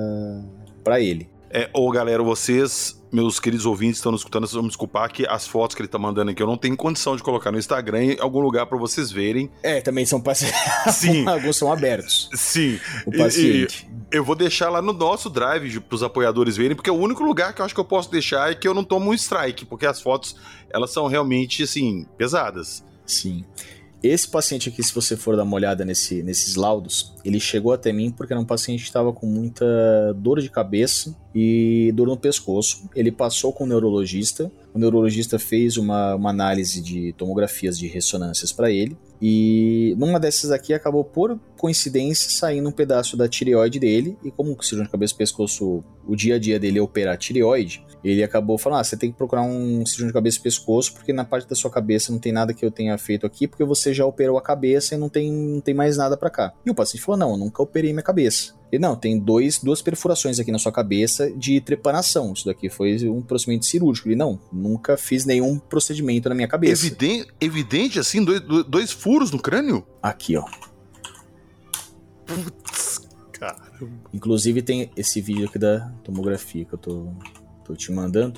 para ele. Galera, vocês, meus queridos ouvintes, estão nos escutando, vocês vão me desculpar que as fotos que ele tá mandando aqui eu não tenho condição de colocar no Instagram em algum lugar para vocês verem. Também são pacientes. Sim. Alguns são abertos. Sim. O paciente. Eu vou deixar lá no nosso drive pros apoiadores verem, porque é o único lugar que eu acho que eu posso deixar é que eu não tomo um strike, porque as fotos, elas são realmente, assim, pesadas. Sim. Esse paciente aqui, se você for dar uma olhada nesses laudos, ele chegou até mim porque era um paciente que estava com muita dor de cabeça e dor no pescoço. Ele passou com o neurologista fez uma análise de tomografias de ressonâncias para ele. E numa dessas aqui acabou, por coincidência, saindo um pedaço da tireoide dele. E como o cirurgião de cabeça e pescoço, o dia a dia dele é operar a tireoide, ele acabou falando, você tem que procurar um cirurgião de cabeça e pescoço, porque na parte da sua cabeça não tem nada que eu tenha feito aqui, porque você já operou a cabeça e não tem mais nada pra cá. E o paciente falou, não, eu nunca operei minha cabeça. E não, tem duas perfurações aqui na sua cabeça de trepanação. Isso daqui foi um procedimento cirúrgico. Ele, não, nunca fiz nenhum procedimento na minha cabeça. Evidente assim, dois furos no crânio? Aqui, ó. Putz, caramba. Inclusive tem esse vídeo aqui da tomografia que eu tô te mandando.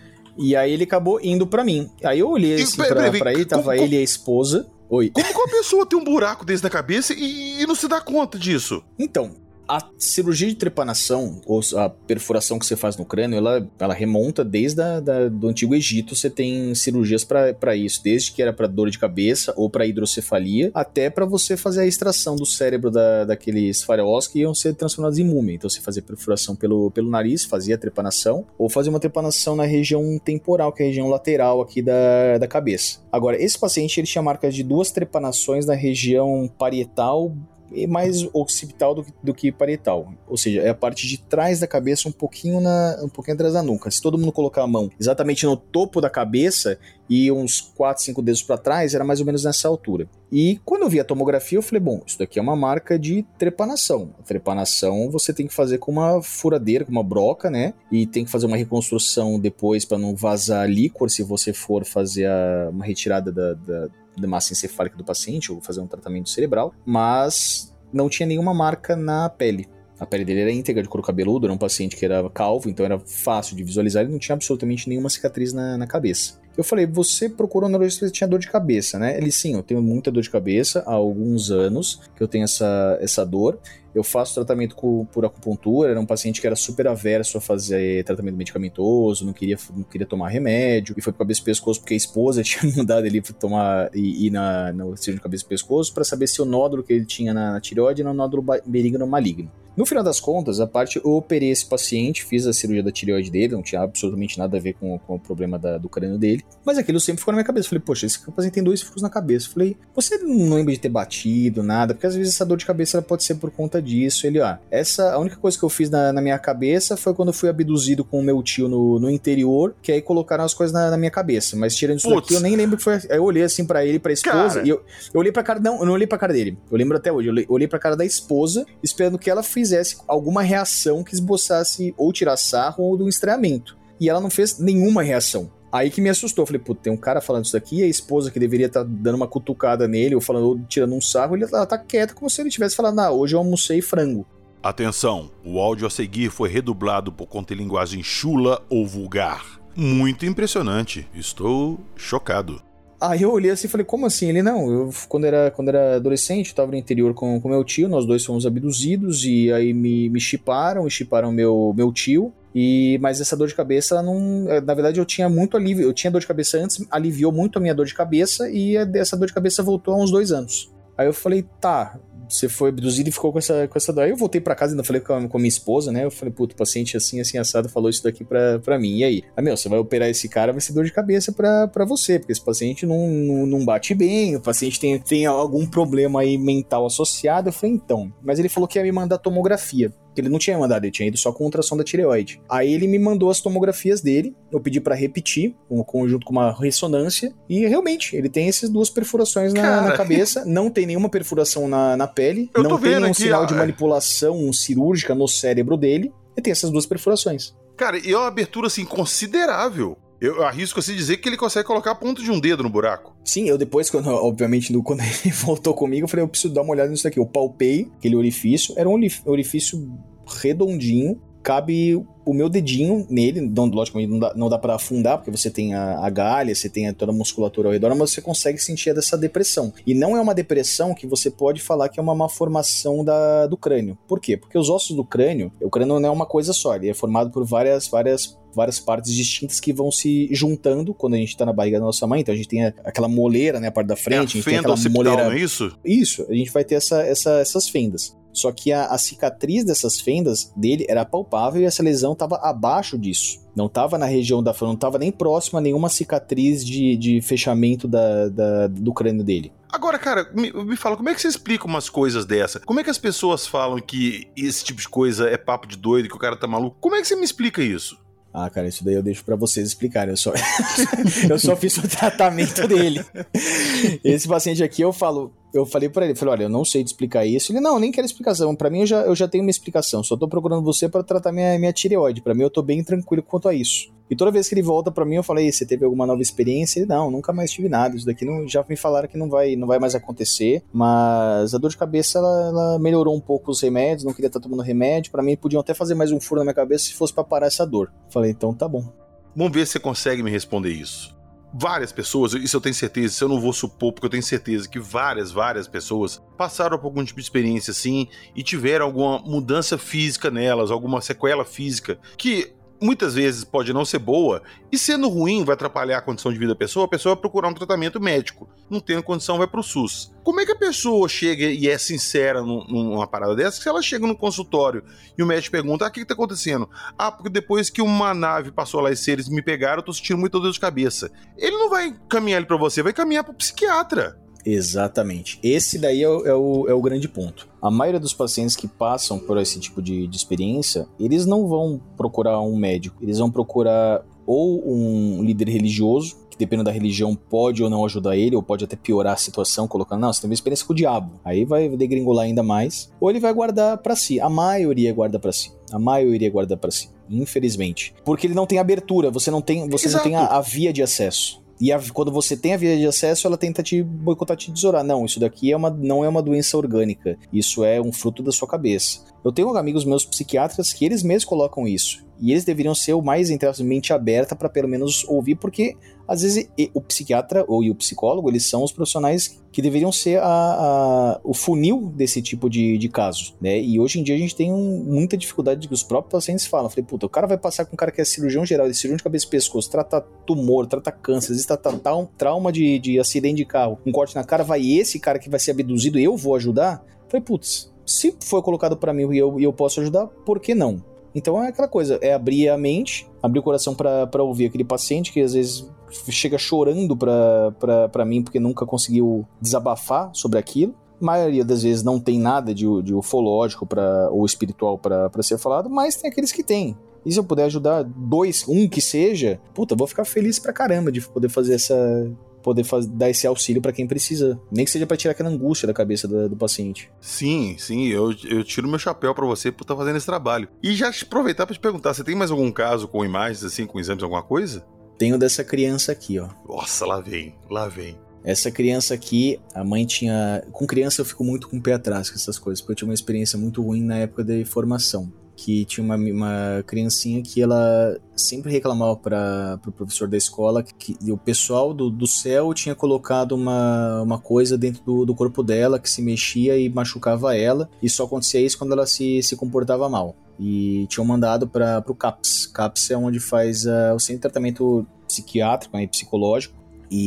E aí ele acabou indo pra mim. Aí eu olhei assim pra ele, tava ele e a esposa. Oi. Como que uma pessoa tem um buraco desse na cabeça e não se dá conta disso? Então, a cirurgia de trepanação, ou a perfuração que você faz no crânio, ela remonta desde do Antigo Egito. Você tem cirurgias para isso, desde que era para dor de cabeça ou para hidrocefalia, até para você fazer a extração do cérebro daqueles faraós que iam ser transformados em múmia. Então você fazia perfuração pelo nariz, fazia a trepanação, ou fazia uma trepanação na região temporal, que é a região lateral aqui da cabeça. Agora, esse paciente ele tinha marcas de 2 trepanações na região parietal, e mais occipital do que parietal, ou seja, é a parte de trás da cabeça, um pouquinho atrás da nuca. Se todo mundo colocar a mão exatamente no topo da cabeça e uns 4, 5 dedos para trás, era mais ou menos nessa altura. E quando eu vi a tomografia, eu falei, bom, isso daqui é uma marca de trepanação. A trepanação você tem que fazer com uma furadeira, com uma broca, né? E tem que fazer uma reconstrução depois para não vazar líquor, se você for fazer uma retirada da massa encefálica do paciente ou fazer um tratamento cerebral, mas não tinha nenhuma marca na pele. A pele dele era íntegra, de couro cabeludo, era um paciente que era calvo, então era fácil de visualizar, ele não tinha absolutamente nenhuma cicatriz na cabeça. Eu falei, você procurou um neurologista que tinha dor de cabeça, né? Ele, sim, eu tenho muita dor de cabeça há alguns anos que eu tenho essa dor. Eu faço tratamento por acupuntura, era um paciente que era super averso a fazer tratamento medicamentoso, não queria tomar remédio, e foi pro cabeça e pescoço porque a esposa tinha mandado ele tomar e ir no cirurgião de cabeça e pescoço para saber se o nódulo que ele tinha na tireoide era um nódulo benigno ou maligno. No final das contas, eu operei esse paciente, fiz a cirurgia da tireoide dele, não tinha absolutamente nada a ver com o problema do crânio dele, mas aquilo sempre ficou na minha cabeça. Falei, poxa, esse paciente tem 2 furos na cabeça. Falei, você não lembra de ter batido, nada? Porque às vezes essa dor de cabeça ela pode ser por conta disso. Ele, a única coisa que eu fiz na minha cabeça foi quando eu fui abduzido com o meu tio no interior, que aí colocaram as coisas na minha cabeça, mas tirando isso daqui, eu nem lembro que foi. Aí eu olhei assim pra ele, pra esposa, e eu olhei pra cara, não, eu não olhei pra cara dele, eu lembro até hoje, eu olhei pra cara da esposa, esperando que ela fizesse alguma reação que esboçasse ou tirar sarro ou do estranhamento, e ela não fez nenhuma reação. Aí que me assustou, falei, pô, tem um cara falando isso daqui, e a esposa que deveria estar dando uma cutucada nele, ou tirando um sarro, ela tá quieta como se ele tivesse falando, hoje eu almocei frango. Atenção, o áudio a seguir foi redublado por conter linguagem chula ou vulgar. Muito impressionante, estou chocado. Aí eu olhei assim e falei, como assim? Ele, não, quando era adolescente, eu tava no interior com meu tio, nós dois fomos abduzidos, e aí me chiparam meu tio, mas essa dor de cabeça, ela não, na verdade eu tinha muito alívio, eu tinha dor de cabeça antes, aliviou muito a minha dor de cabeça, e essa dor de cabeça voltou há uns 2 anos. Aí eu falei, tá, você foi abduzido e ficou com essa dor. Aí eu voltei pra casa, ainda falei com a minha esposa, né? Eu falei, puto, o paciente assim assado falou isso daqui pra mim. E aí? Você vai operar esse cara, vai ser dor de cabeça pra você, porque esse paciente não bate bem, o paciente tem algum problema aí mental associado. Eu falei, então. Mas ele falou que ia me mandar tomografia. Ele não tinha mandado, ele tinha ido só com ultrassom da tireoide. Aí ele me mandou as tomografias dele, eu pedi pra repetir, junto com uma ressonância, e realmente, ele tem essas 2 perfurações na cabeça, não tem nenhuma perfuração na pele, não tem nenhum sinal de manipulação cirúrgica no cérebro dele, e tem essas 2 perfurações. Cara, e é uma abertura, assim, considerável. Eu arrisco assim dizer que ele consegue colocar a ponta de um dedo no buraco. Sim, eu depois, quando ele voltou comigo, eu falei, eu preciso dar uma olhada nisso aqui. Eu palpei aquele orifício, era um orifício redondinho, cabe o meu dedinho nele, logicamente não dá pra afundar, porque você tem a galha, você tem toda a musculatura ao redor, mas você consegue sentir essa depressão. E não é uma depressão que você pode falar que é uma malformação do crânio. Por quê? Porque os ossos do crânio, o crânio não é uma coisa só, ele é formado por várias partes distintas que vão se juntando quando a gente tá na barriga da nossa mãe. Então a gente tem aquela moleira, né, a parte da frente, a gente tem aquela moleira... Não é isso? Isso, a gente vai ter essas fendas. Só que a cicatriz dessas fendas dele era palpável e essa lesão estava abaixo disso. Não estava na região da fronte, não estava nem próxima a nenhuma cicatriz de fechamento do crânio dele. Agora, cara, me fala, como é que você explica umas coisas dessa? Como é que as pessoas falam que esse tipo de coisa é papo de doido, que o cara tá maluco? Como é que você me explica isso? Ah, cara, isso daí eu deixo pra vocês explicarem. Eu só fiz o tratamento dele. Esse paciente aqui, eu falei pra ele, olha, eu não sei te explicar isso. Ele, não, nem quero explicação. Pra mim, eu já tenho uma explicação. Só tô procurando você pra tratar minha tireoide. Pra mim, eu tô bem tranquilo quanto a isso. E toda vez que ele volta pra mim, eu falei, você teve alguma nova experiência? Ele, não, nunca mais tive nada. Isso daqui já me falaram que não vai mais acontecer. Mas a dor de cabeça, ela melhorou um pouco os remédios. Não queria estar tomando remédio. Pra mim, podiam até fazer mais um furo na minha cabeça se fosse pra parar essa dor. Falei, então tá bom. Vamos ver se você consegue me responder isso. Várias pessoas, isso eu tenho certeza, isso eu não vou supor, porque eu tenho certeza que várias pessoas passaram por algum tipo de experiência assim e tiveram alguma mudança física nelas, alguma sequela física, que muitas vezes pode não ser boa, e sendo ruim vai atrapalhar a condição de vida da pessoa, a pessoa vai procurar um tratamento médico. Não tendo condição, vai pro SUS. Como é que a pessoa chega e é sincera numa parada dessa? Se ela chega no consultório e o médico pergunta, o que tá acontecendo? Ah, porque depois que uma nave passou lá e eles me pegaram, eu tô sentindo muita dor de cabeça. Ele não vai caminhar ele pra você, vai caminhar pro psiquiatra. Exatamente. Esse daí é o grande ponto. A maioria dos pacientes que passam por esse tipo de experiência, eles não vão procurar um médico. Eles vão procurar ou um líder religioso, que dependendo da religião pode ou não ajudar ele, ou pode até piorar a situação, colocando, não, você tem uma experiência com o diabo. Aí vai degringolar ainda mais. Ou ele vai guardar pra si. A maioria guarda pra si. Infelizmente. Porque ele não tem abertura, você não tem a via de acesso. E quando você tem a via de acesso, ela tenta te boicotar, te tesourar. Não, isso daqui não é uma doença orgânica. Isso é um fruto da sua cabeça. Eu tenho amigos meus psiquiatras que eles mesmos colocam isso. E eles deveriam ser o mais, entre aspas, mente aberta para pelo menos ouvir, porque às vezes o psiquiatra e o psicólogo, eles são os profissionais que deveriam ser o funil desse tipo de caso, né? E hoje em dia a gente tem muita dificuldade que os próprios pacientes falam. Falei, puta, o cara vai passar com um cara que é cirurgião geral, cirurgião de cabeça e pescoço, trata tumor, trata câncer, às vezes trata um trauma de acidente de carro, um corte na cara, vai esse cara que vai ser abduzido, eu vou ajudar? Falei, putz, se foi colocado para mim e eu posso ajudar, por que não? Então é aquela coisa, é abrir a mente, abrir o coração pra ouvir aquele paciente que às vezes chega chorando pra mim porque nunca conseguiu desabafar sobre aquilo. A maioria das vezes não tem nada de ufológico ou espiritual pra ser falado, mas tem aqueles que tem. E se eu puder ajudar um que seja, puta, vou ficar feliz pra caramba de poder fazer dar esse auxílio pra quem precisa. Nem que seja pra tirar aquela angústia da cabeça do paciente. Sim, eu tiro meu chapéu pra você por estar fazendo esse trabalho. E já aproveitar pra te perguntar, você tem mais algum caso com imagens assim, com exames, alguma coisa? Tenho dessa criança aqui, ó. Nossa, lá vem. Essa criança aqui, a mãe tinha... Com criança eu fico muito com o pé atrás com essas coisas, porque eu tinha uma experiência muito ruim na época de formação. Que tinha uma criancinha que ela sempre reclamava para o professor da escola que o pessoal do céu tinha colocado uma coisa dentro do corpo dela que se mexia e machucava ela, e só acontecia isso quando ela se comportava mal. E tinham mandado para o CAPS. CAPS é onde faz o centro de tratamento psiquiátrico e psicológico.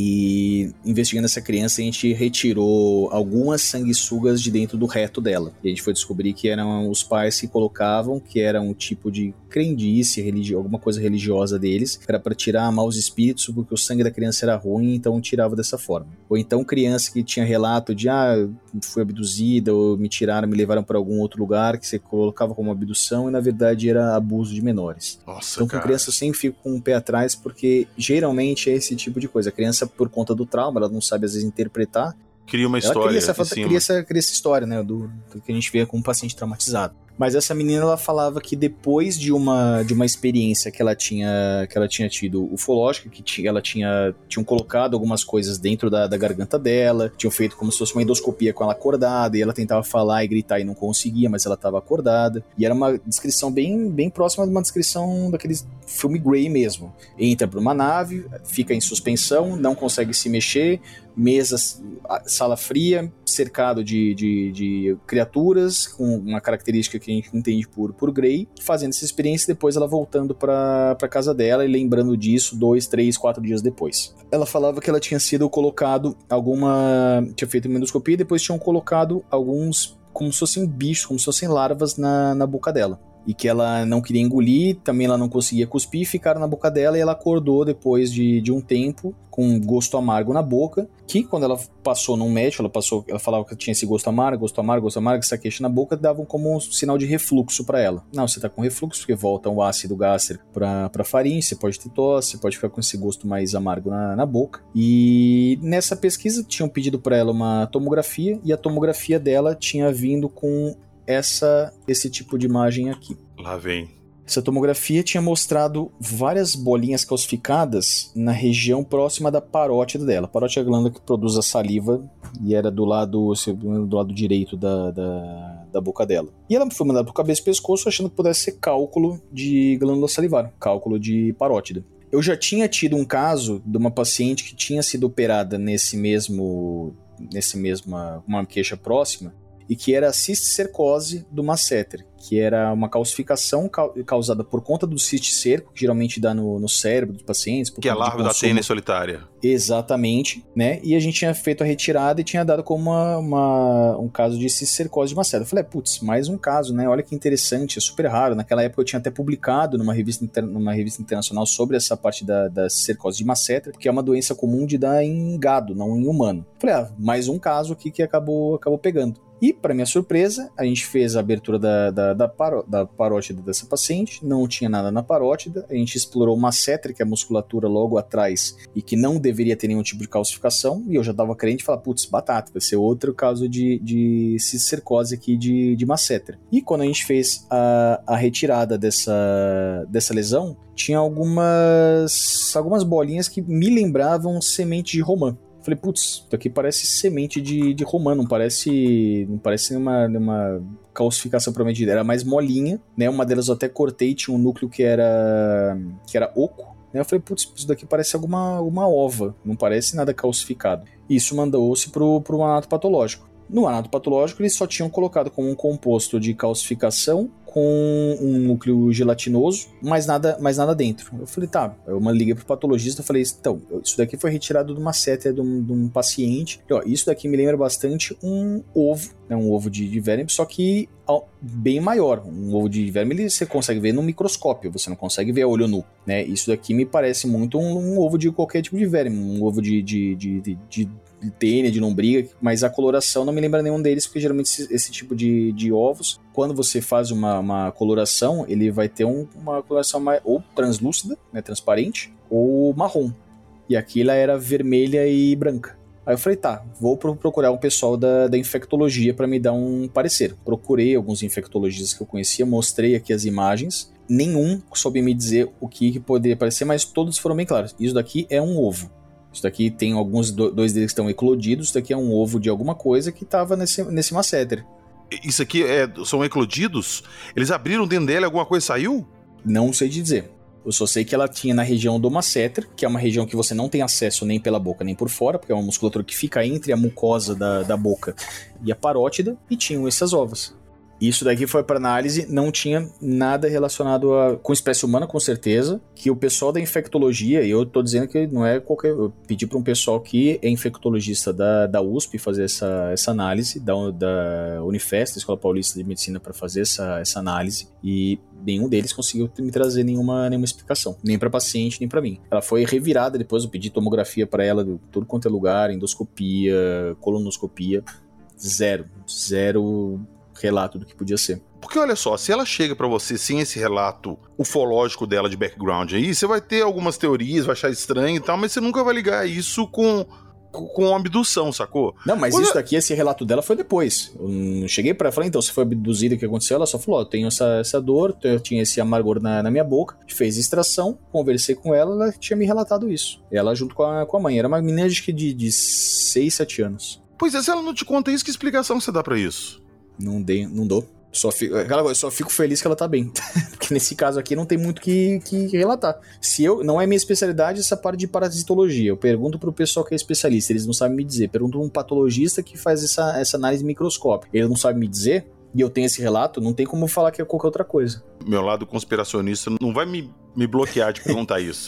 E investigando essa criança, a gente retirou algumas sanguessugas de dentro do reto dela. E a gente foi descobrir que eram os pais que colocavam, que era um tipo de crendice, alguma coisa religiosa deles, era para tirar maus espíritos, porque o sangue da criança era ruim, então tirava dessa forma. Ou então criança que tinha relato de fui abduzida, ou me levaram para algum outro lugar, que você colocava como abdução, e na verdade era abuso de menores. Nossa, então com criança eu sempre fico com o pé atrás, porque geralmente é esse tipo de coisa. A criança, por conta do trauma, ela não sabe às vezes interpretar, cria uma história. Cria essa história, né, do que a gente vê com um paciente traumatizado. Mas essa menina, ela falava que depois de uma experiência que ela tinha tido ufológica, ela tinham colocado algumas coisas dentro da garganta dela, tinham feito como se fosse uma endoscopia com ela acordada, e ela tentava falar e gritar e não conseguia, mas ela estava acordada. E era uma descrição bem, bem próxima de uma descrição daquele filme Grey mesmo. Entra para uma nave, fica em suspensão, não consegue se mexer, mesas, sala fria, cercado de criaturas, com uma característica que a gente entende por Grey, fazendo essa experiência e depois ela voltando pra casa dela e lembrando disso 2, 3, 4 dias depois. Ela falava que ela tinha sido colocado tinha feito uma endoscopia e depois tinham colocado alguns como se fossem bichos, como se fossem larvas na boca dela. E que ela não queria engolir, também ela não conseguia cuspir, ficaram na boca dela e ela acordou depois de um tempo com um gosto amargo na boca, que quando ela passou num médico, ela falava que tinha esse gosto amargo, essa queixa na boca, davam como um sinal de refluxo para ela. Não, você tá com refluxo porque volta o ácido gástrico pra faringe, você pode ter tosse, você pode ficar com esse gosto mais amargo na boca. E nessa pesquisa tinham pedido para ela uma tomografia e a tomografia dela tinha vindo com esse tipo de imagem aqui. Lá vem. Essa tomografia tinha mostrado várias bolinhas calcificadas na região próxima da parótida dela. A parótida é a glândula que produz a saliva e era do lado direito da boca dela. E ela foi mandada para o cabeça e pescoço achando que pudesse ser cálculo de glândula salivar, cálculo de parótida. Eu já tinha tido um caso de uma paciente que tinha sido operada uma queixa próxima, e que era a cisticercose do masseter, que era uma calcificação causada por conta do cisticerco, que geralmente dá no cérebro dos pacientes. Que é a larva da tênis solitária. Exatamente, né? E a gente tinha feito a retirada e tinha dado como um caso de cisticercose de masseter. Eu falei, putz, mais um caso, né? Olha que interessante, é super raro. Naquela época eu tinha até publicado numa revista internacional sobre essa parte da cisticercose de masseter, que é uma doença comum de dar em gado, não em humano. Eu falei, mais um caso aqui que acabou pegando. E, para minha surpresa, a gente fez a abertura da parótida dessa paciente, não tinha nada na parótida, a gente explorou o masseter, que é a musculatura logo atrás, e que não deveria ter nenhum tipo de calcificação, e eu já estava crente e falava, putz, batata, vai ser outro caso de cisticercose aqui de masseter. E quando a gente fez a retirada dessa lesão, tinha algumas bolinhas que me lembravam semente de romã. Falei, putz, isso aqui parece semente de romã, não parece uma calcificação prometida, era mais molinha, né? Uma delas eu até cortei, tinha um núcleo que era oco, né? Eu falei, putz, isso daqui parece alguma ova, não parece nada calcificado. Isso mandou-se pro anatopatológico. No anatopatológico, eles só tinham colocado como um composto de calcificação com um núcleo gelatinoso, mais nada dentro. Eu falei, tá, eu liguei pro patologista, falei, então, isso daqui foi retirado de uma masseter de um paciente, e, ó, isso daqui me lembra bastante um ovo, né, um ovo de verme, só que bem maior. Um ovo de verme você consegue ver no microscópio, você não consegue ver a olho nu, né? Isso daqui me parece muito um ovo de qualquer tipo de verme, um ovo de tênia, de lombriga, mas a coloração não me lembra nenhum deles, porque geralmente esse tipo de ovos, quando você faz uma coloração, ele vai ter uma coloração mais, ou translúcida, né, transparente, ou marrom. E aqui ela era vermelha e branca. Aí eu falei, tá, vou procurar um pessoal da infectologia para me dar um parecer. Procurei alguns infectologistas que eu conhecia, mostrei aqui as imagens. Nenhum soube me dizer o que poderia parecer, mas todos foram bem claros. Isso daqui é um ovo. Isso daqui tem dois deles que estão eclodidos. Isso daqui é um ovo de alguma coisa que estava nesse masseter. Isso aqui são eclodidos? Eles abriram dentro dele, alguma coisa saiu? Não sei dizer. Eu só sei que ela tinha na região do masseter, que é uma região que você não tem acesso nem pela boca nem por fora, porque é uma musculatura que fica entre a mucosa da boca e a parótida, e tinham essas ovas. Isso daqui foi para análise, não tinha nada relacionado com espécie humana, com certeza, que o pessoal da infectologia, e eu tô dizendo que não é qualquer... Eu pedi para um pessoal que é infectologista da USP fazer essa análise, da Unifesp, da Escola Paulista de Medicina, para fazer essa análise, e nenhum deles conseguiu me trazer nenhuma explicação, nem para paciente, nem para mim. Ela foi revirada depois, eu pedi tomografia para ela, de tudo quanto é lugar, endoscopia, colonoscopia, zero relato do que podia ser. Porque olha só, se ela chega pra você sem esse relato ufológico dela de background aí, você vai ter algumas teorias, vai achar estranho e tal, mas você nunca vai ligar isso com abdução, sacou? Não, mas isso daqui, esse relato dela foi depois. Eu cheguei pra ela e falei, então, você foi abduzida, o que aconteceu? Ela só falou, eu tenho essa dor, eu tinha esse amargor na minha boca, fez extração, conversei com ela tinha me relatado isso. Ela junto com a mãe, era uma menina acho que de 6, 7 anos. Pois é, se ela não te conta isso, que explicação você dá pra isso? Não dou. Eu só fico feliz que ela tá bem. Porque nesse caso aqui não tem muito que relatar. Não é minha especialidade essa parte de parasitologia. Eu pergunto pro pessoal que é especialista, eles não sabem me dizer. Pergunto um patologista que faz essa análise microscópica. Ele não sabe me dizer, e eu tenho esse relato, não tem como falar que é qualquer outra coisa. Meu lado conspiracionista não vai me bloquear de perguntar isso.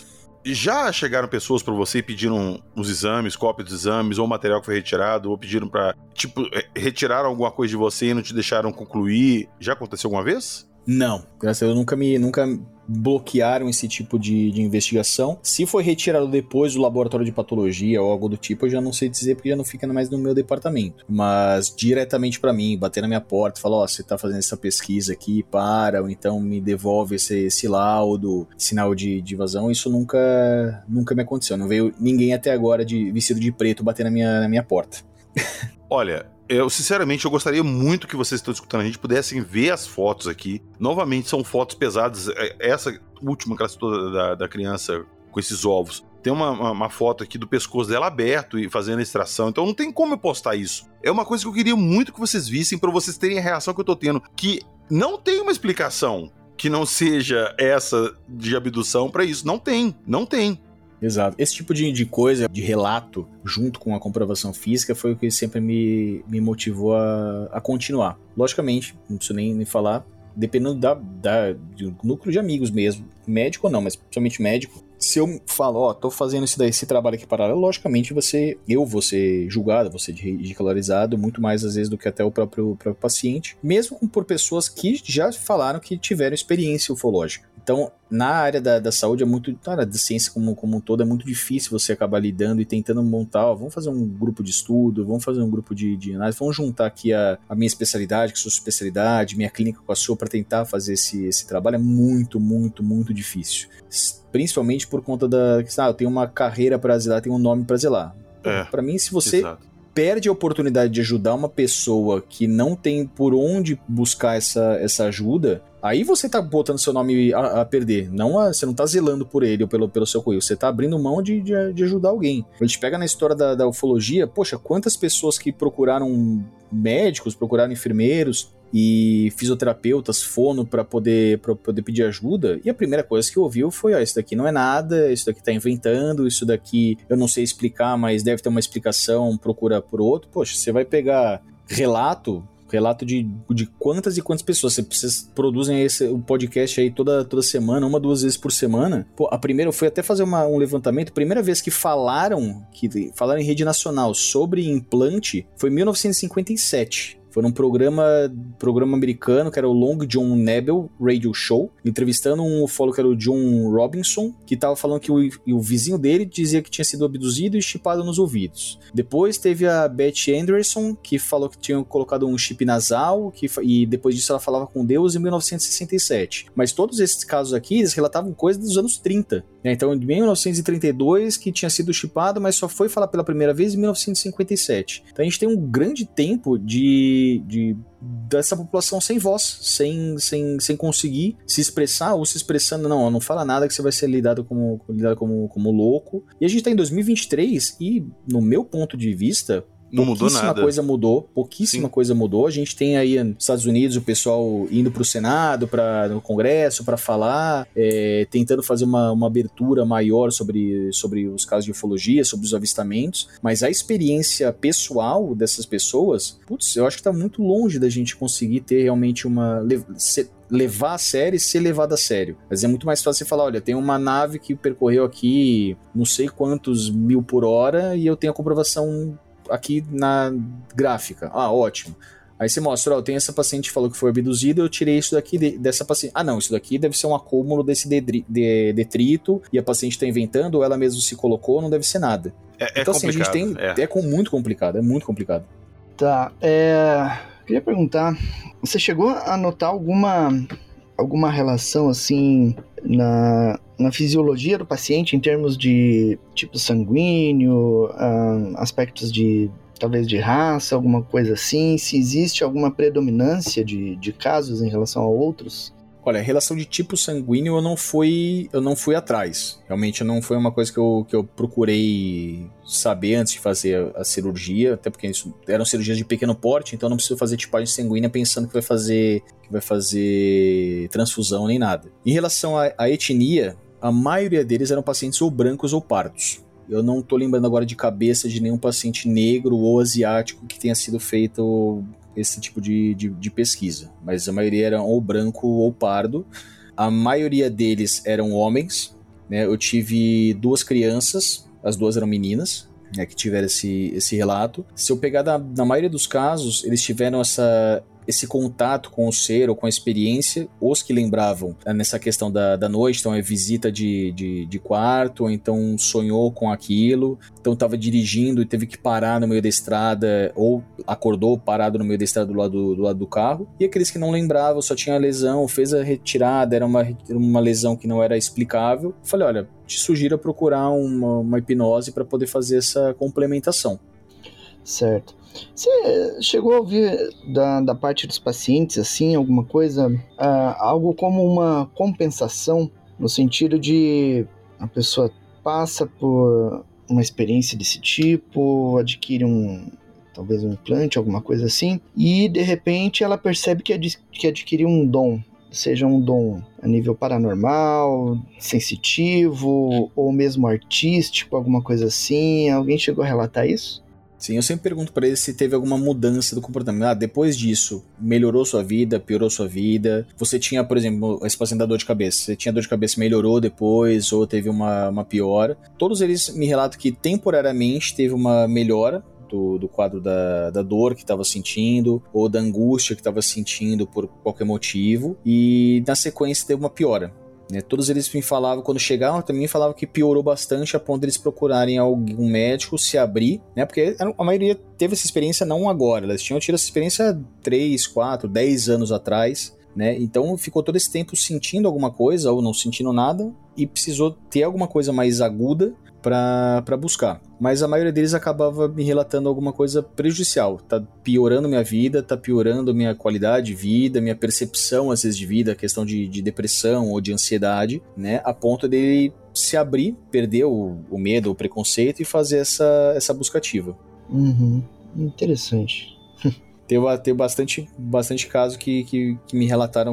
Já chegaram pessoas pra você e pediram os exames, cópia dos exames, ou material que foi retirado, ou pediram pra, tipo, retiraram alguma coisa de você e não te deixaram concluir? Já aconteceu alguma vez? Não, graças a Deus nunca bloquearam esse tipo de investigação. Se foi retirado depois do laboratório de patologia ou algo do tipo, eu já não sei dizer porque já não fica mais no meu departamento. Mas diretamente pra mim, bater na minha porta, falar, você tá fazendo essa pesquisa aqui, ou então me devolve esse laudo, sinal de vazão, isso nunca me aconteceu. Não veio ninguém até agora vestido de preto bater na minha porta. Olha, sinceramente, eu gostaria muito que vocês que estão escutando a gente pudessem ver as fotos aqui. Novamente, são fotos pesadas. Essa última classe toda da criança com esses ovos. Tem uma foto aqui do pescoço dela aberto e fazendo a extração. Então não tem como eu postar isso. É uma coisa que eu queria muito que vocês vissem para vocês terem a reação que eu tô tendo. Que não tem uma explicação que não seja essa de abdução para isso. Não tem. Exato. Esse tipo de coisa, de relato, junto com a comprovação física, foi o que sempre me motivou a continuar. Logicamente, não preciso nem falar, dependendo do núcleo de amigos mesmo, médico ou não, mas principalmente médico, se eu falo, tô fazendo esse trabalho aqui paralelo, logicamente eu vou ser julgado, vou ser ridicularizado, muito mais às vezes do que até o próprio paciente, mesmo por pessoas que já falaram que tiveram experiência ufológica. Então, na área da saúde, na área da ciência como um todo, é muito difícil você acabar lidando e tentando montar, vamos fazer um grupo de estudo, vamos fazer um grupo de análise, vamos juntar aqui a minha especialidade, com a sua especialidade, minha clínica com a sua, para tentar fazer esse trabalho. É muito, muito, muito difícil. Principalmente por conta eu tenho uma carreira para zelar, tenho um nome para zelar. Para mim, se você perde a oportunidade de ajudar uma pessoa que não tem por onde buscar essa ajuda, aí você tá botando seu nome a perder. Você não tá zelando por ele ou pelo seu currículo. Você tá abrindo mão de ajudar alguém. A gente pega na história da ufologia, poxa, quantas pessoas que procuraram médicos, procuraram enfermeiros e fisioterapeutas, fono para poder pedir ajuda, e a primeira coisa que ouviu foi, isso daqui não é nada, isso daqui tá inventando, isso daqui eu não sei explicar, mas deve ter uma explicação, procura por outro. Poxa, você vai pegar relato de quantas e quantas pessoas vocês produzem o podcast aí toda semana, 1-2 vezes por semana. A primeira, eu fui até fazer um levantamento, a primeira vez que falaram em rede nacional sobre implante foi em 1957. Foi num programa americano, que era o Long John Nebel Radio Show, entrevistando um ufólogo que era o John Robinson, que estava falando que o vizinho dele dizia que tinha sido abduzido e chipado nos ouvidos. Depois teve a Beth Anderson, que falou que tinham colocado um chip nasal, e depois disso ela falava com Deus em 1967. Mas todos esses casos aqui, eles relatavam coisas dos anos 30. Né? Então, em 1932, que tinha sido chipado, mas só foi falar pela primeira vez em 1957. Então a gente tem um grande tempo dessa população sem voz, sem conseguir se expressar, ou se expressando, não fala nada, que você vai ser lidado como louco. E a gente tá em 2023 e, no meu ponto de vista, não mudou nada. Pouquíssima coisa mudou. A gente tem aí nos Estados Unidos o pessoal indo pro Senado, no Congresso, para falar, tentando fazer uma abertura maior sobre os casos de ufologia, sobre os avistamentos, mas a experiência pessoal dessas pessoas, eu acho que tá muito longe da gente conseguir ter realmente levar a sério e ser levado a sério. Mas é muito mais fácil você falar, olha, tem uma nave que percorreu aqui não sei quantos mil por hora e eu tenho a comprovação aqui na gráfica. Ótimo. Aí você mostra, tem essa paciente que falou que foi abduzida, eu tirei isso daqui dessa paciente. Não, isso daqui deve ser um acúmulo desse detrito e a paciente está inventando ou ela mesma se colocou, não deve ser nada. Então assim, a gente tem... muito complicado, é muito complicado. Tá, queria perguntar, você chegou a notar alguma relação assim na fisiologia do paciente em termos de tipo sanguíneo, aspectos talvez de raça, alguma coisa assim? Se existe alguma predominância de casos em relação a outros? Olha, a relação de tipo sanguíneo eu não fui atrás. Realmente não foi uma coisa que eu procurei saber antes de fazer a cirurgia, até porque isso eram cirurgias de pequeno porte, então não preciso fazer tipagem sanguínea pensando que vai fazer transfusão nem nada. Em relação à etnia, a maioria deles eram pacientes ou brancos ou pardos. Eu não tô lembrando agora de cabeça de nenhum paciente negro ou asiático que tenha sido feito esse tipo de pesquisa, mas a maioria eram ou branco ou pardo. A maioria deles eram homens, né? Eu tive 2 crianças, as 2 eram meninas, né, que tiveram esse relato. Se eu pegar na maioria dos casos, eles tiveram esse contato com o ser ou com a experiência, os que lembravam nessa questão da noite, então é visita de quarto, ou então sonhou com aquilo, então estava dirigindo e teve que parar no meio da estrada, ou acordou parado no meio da estrada do lado do carro, e aqueles que não lembravam, só tinha lesão, fez a retirada, era uma lesão que não era explicável. Falei, olha, te sugiro procurar uma hipnose para poder fazer essa complementação. Certo. Você chegou a ouvir da parte dos pacientes, assim, alguma coisa, algo como uma compensação, no sentido de a pessoa passa por uma experiência desse tipo, adquire talvez um implante, alguma coisa assim, e de repente ela percebe que adquiriu um dom, seja um dom a nível paranormal, sensitivo, ou mesmo artístico, alguma coisa assim. Alguém chegou a relatar isso? Sim, eu sempre pergunto para eles se teve alguma mudança do comportamento. Depois disso, melhorou sua vida, piorou sua vida? Você tinha, por exemplo, esse paciente da dor de cabeça. Você tinha dor de cabeça, melhorou depois, ou teve uma piora? Todos eles me relatam que temporariamente teve uma melhora do quadro da dor que estava sentindo, ou da angústia que estava sentindo por qualquer motivo, e na sequência teve uma piora. Todos eles me falavam, quando chegavam também falavam que piorou bastante a ponto de eles procurarem algum médico, se abrir, porque a maioria teve essa experiência não agora, elas tinham tido essa experiência 3, 4, 10 anos atrás, então ficou todo esse tempo sentindo alguma coisa ou não sentindo nada e precisou ter alguma coisa mais aguda para buscar. Mas a maioria deles acabava me relatando alguma coisa prejudicial. Tá piorando minha vida, tá piorando minha qualidade de vida, minha percepção às vezes de vida, a questão de depressão ou de ansiedade, a ponto de se abrir, perder o medo, o preconceito e fazer essa busca ativa. Uhum. Interessante. Teve bastante caso que me relataram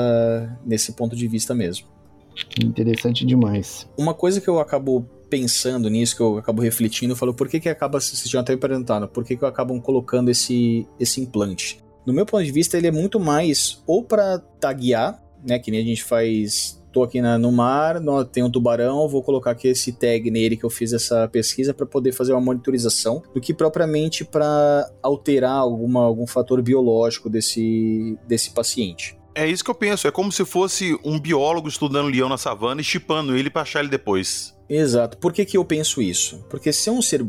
nesse ponto de vista mesmo. Interessante demais. Uma coisa que eu acabo pensando nisso, que eu acabo refletindo, eu falo, por que acaba, vocês já até me perguntando, por que acabam colocando esse implante? No meu ponto de vista, ele é muito mais ou para taguear, que nem a gente faz, tô aqui no mar, tem um tubarão, vou colocar aqui esse tag nele que eu fiz essa pesquisa para poder fazer uma monitorização, do que propriamente para alterar algum fator biológico desse paciente. É isso que eu penso, é como se fosse um biólogo estudando leão na savana e chipando ele pra achar ele depois. Exato. Por que eu penso isso? Porque se é um ser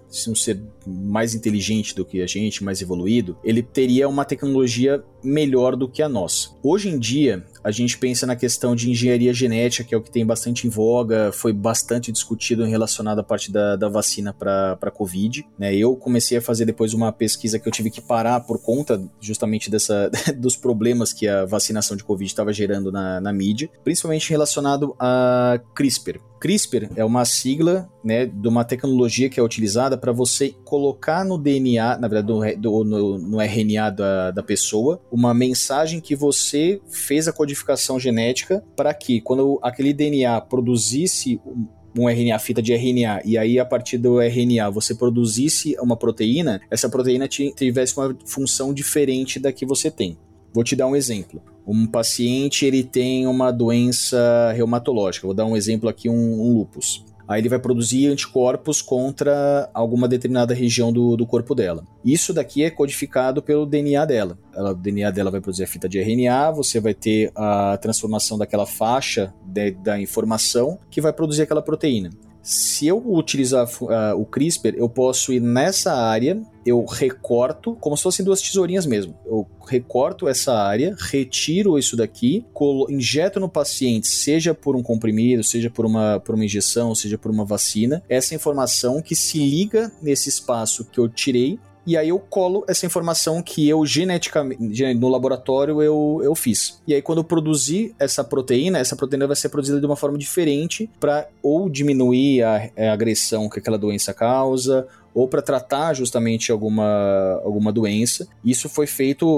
mais inteligente do que a gente, mais evoluído, ele teria uma tecnologia melhor do que a nossa. Hoje em dia, a gente pensa na questão de engenharia genética, que é o que tem bastante em voga, foi bastante discutido relacionado à parte da vacina para Covid. Eu comecei a fazer depois uma pesquisa que eu tive que parar por conta justamente dos problemas que a vacinação de Covid estava gerando na mídia, principalmente relacionado a CRISPR. CRISPR é uma sigla de uma tecnologia que é utilizada para você colocar no DNA, na verdade no RNA da pessoa, uma mensagem que você fez a codificação genética para que quando aquele DNA produzisse um RNA, fita de RNA, e aí a partir do RNA você produzisse uma proteína, essa proteína tivesse uma função diferente da que você tem. Vou te dar um exemplo. Um paciente, ele tem uma doença reumatológica. Vou dar um exemplo aqui, um lúpus. Aí ele vai produzir anticorpos contra alguma determinada região do corpo dela. Isso daqui é codificado pelo DNA dela. O DNA dela vai produzir a fita de RNA, você vai ter a transformação daquela faixa da informação que vai produzir aquela proteína. Se eu utilizar o CRISPR, eu posso ir nessa área, eu recorto, como se fossem 2 tesourinhas mesmo. Eu recorto essa área, retiro isso daqui, injeto no paciente, seja por um comprimido, seja por uma injeção, seja por uma vacina, essa informação que se liga nesse espaço que eu tirei, e aí eu colo essa informação que eu geneticamente, no laboratório eu fiz. E aí quando eu produzir essa proteína vai ser produzida de uma forma diferente para ou diminuir a agressão que aquela doença causa, ou para tratar justamente alguma doença. Isso foi feito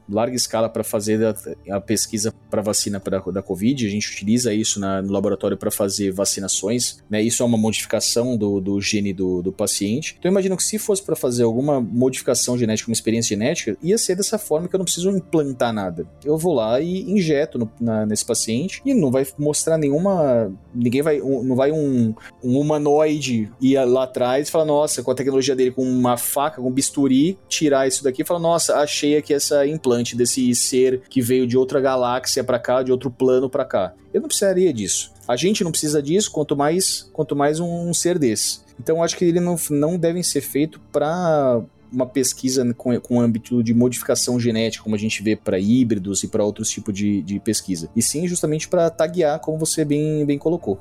larga escala para fazer a pesquisa para vacina da Covid. A gente utiliza isso no laboratório para fazer vacinações, né? Isso é uma modificação do gene do paciente. Então eu imagino que se fosse para fazer alguma modificação genética, uma experiência genética, ia ser dessa forma que eu não preciso implantar nada. Eu vou lá e injeto nesse paciente e não vai mostrar nenhuma... Não vai um humanoide ir lá atrás e falar, nossa, com a tecnologia dele, com uma faca, com um bisturi, tirar isso daqui e falar, nossa, achei aqui essa implante desse ser que veio de outra galáxia pra cá, de outro plano pra cá. Eu não precisaria disso. A gente não precisa disso, quanto mais um ser desse. Então, acho que ele não devem ser feito para uma pesquisa com âmbito de modificação genética, como a gente vê para híbridos e para outros tipos de pesquisa. E sim, justamente para taguear, como você bem colocou.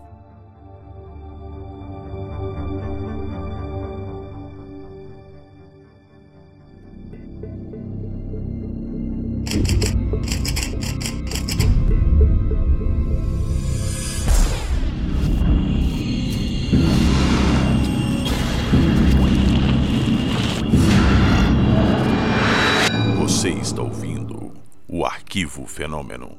Você está ouvindo o Arquivo Fenômeno.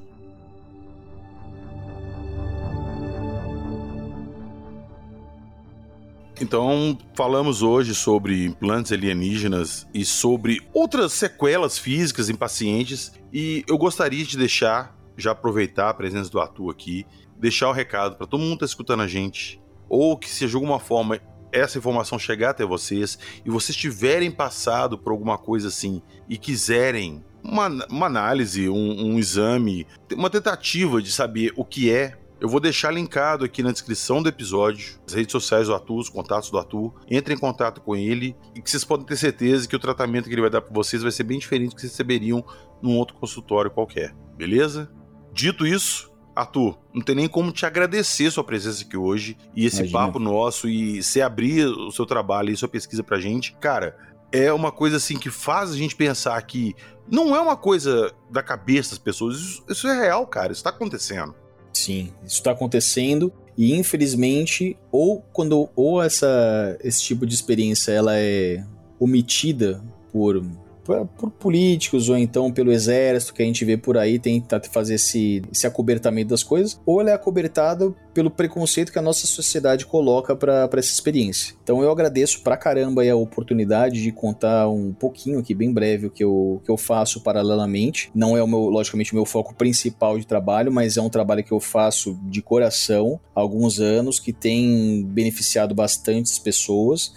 Então, falamos hoje sobre implantes alienígenas e sobre outras sequelas físicas em pacientes, e eu gostaria de já aproveitar a presença do Arthur aqui, deixar o recado para todo mundo que está escutando a gente, ou que se de alguma forma essa informação chegar até vocês e vocês tiverem passado por alguma coisa assim e quiserem uma análise, um exame, uma tentativa de saber o que é, eu vou deixar linkado aqui na descrição do episódio as redes sociais do Arthur, os contatos do Arthur. Entrem em contato com ele e que vocês podem ter certeza que o tratamento que ele vai dar para vocês vai ser bem diferente do que vocês receberiam num outro consultório qualquer, beleza? Dito isso, Arthur, não tem nem como te agradecer sua presença aqui hoje e esse papo nosso e você abrir o seu trabalho e sua pesquisa pra gente. Cara, é uma coisa assim que faz a gente pensar que não é uma coisa da cabeça das pessoas, isso é real, cara, isso tá acontecendo. Sim, isso tá acontecendo e infelizmente quando esse tipo de experiência ela é omitida por políticos ou então pelo exército que a gente vê por aí tentar fazer esse acobertamento das coisas, ou ela é acobertada pelo preconceito que a nossa sociedade coloca para essa experiência. Então eu agradeço pra caramba aí a oportunidade de contar um pouquinho aqui, bem breve, o que eu faço paralelamente. Não é logicamente o meu foco principal de trabalho, mas é um trabalho que eu faço de coração há alguns anos, que tem beneficiado bastantes pessoas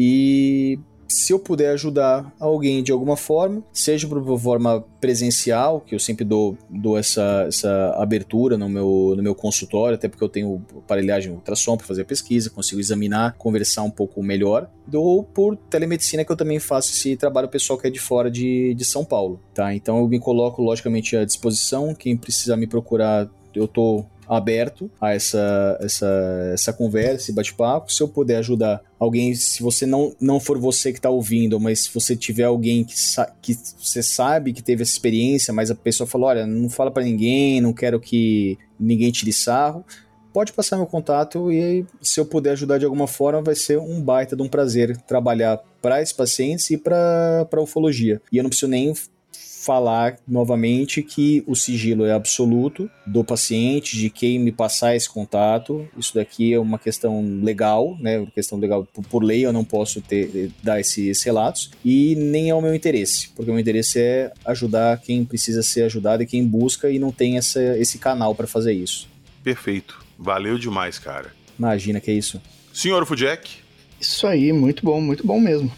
e se eu puder ajudar alguém de alguma forma, seja por forma presencial, que eu sempre dou essa abertura no meu consultório, até porque eu tenho aparelhagem ultrassom para fazer a pesquisa, consigo examinar, conversar um pouco melhor, ou por telemedicina, que eu também faço esse trabalho pessoal que é de fora de São Paulo, tá? Então eu me coloco logicamente à disposição, quem precisar me procurar, eu tô aberto a essa conversa, esse bate-papo. Se eu puder ajudar alguém, se você não for você que está ouvindo, mas se você tiver alguém que você sabe que teve essa experiência, mas a pessoa falou, olha, não fala para ninguém, não quero que ninguém tire sarro, pode passar meu contato e se eu puder ajudar de alguma forma, vai ser um baita de um prazer trabalhar para esses pacientes e para ufologia. E eu não preciso nem falar novamente que o sigilo é absoluto do paciente, de quem me passar esse contato. Isso daqui é uma questão legal, né? Uma questão legal, por lei eu não posso dar esses relatos, e nem é o meu interesse, porque o meu interesse é ajudar quem precisa ser ajudado e quem busca e não tem esse canal para fazer isso. Perfeito, valeu demais, cara. Imagina que é isso. Senhor Ufojek? Isso aí, muito bom mesmo.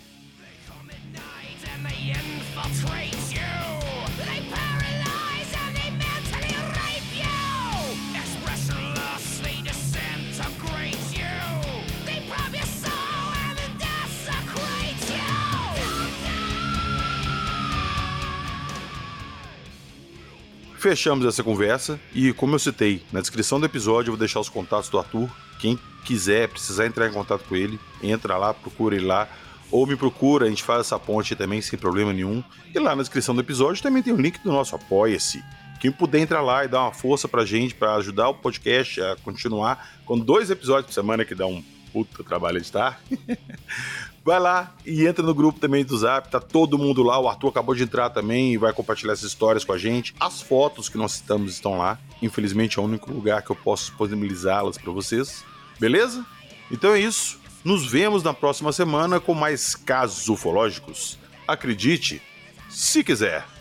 Fechamos essa conversa e, como eu citei, na descrição do episódio eu vou deixar os contatos do Arthur. Quem precisar entrar em contato com ele, entra lá, procura ele lá, ou me procura, a gente faz essa ponte também sem problema nenhum. E lá na descrição do episódio também tem o link do nosso Apoia-se. Quem puder entrar lá e dar uma força pra gente, pra ajudar o podcast a continuar com 2 episódios por semana, que dá um puta trabalho editar. Vai lá e entra no grupo também do Zap, tá todo mundo lá, o Arthur acabou de entrar também e vai compartilhar essas histórias com a gente. As fotos que nós citamos estão lá, infelizmente é o único lugar que eu posso disponibilizá-las para vocês, beleza? Então é isso, nos vemos na próxima semana com mais casos ufológicos. Acredite, se quiser.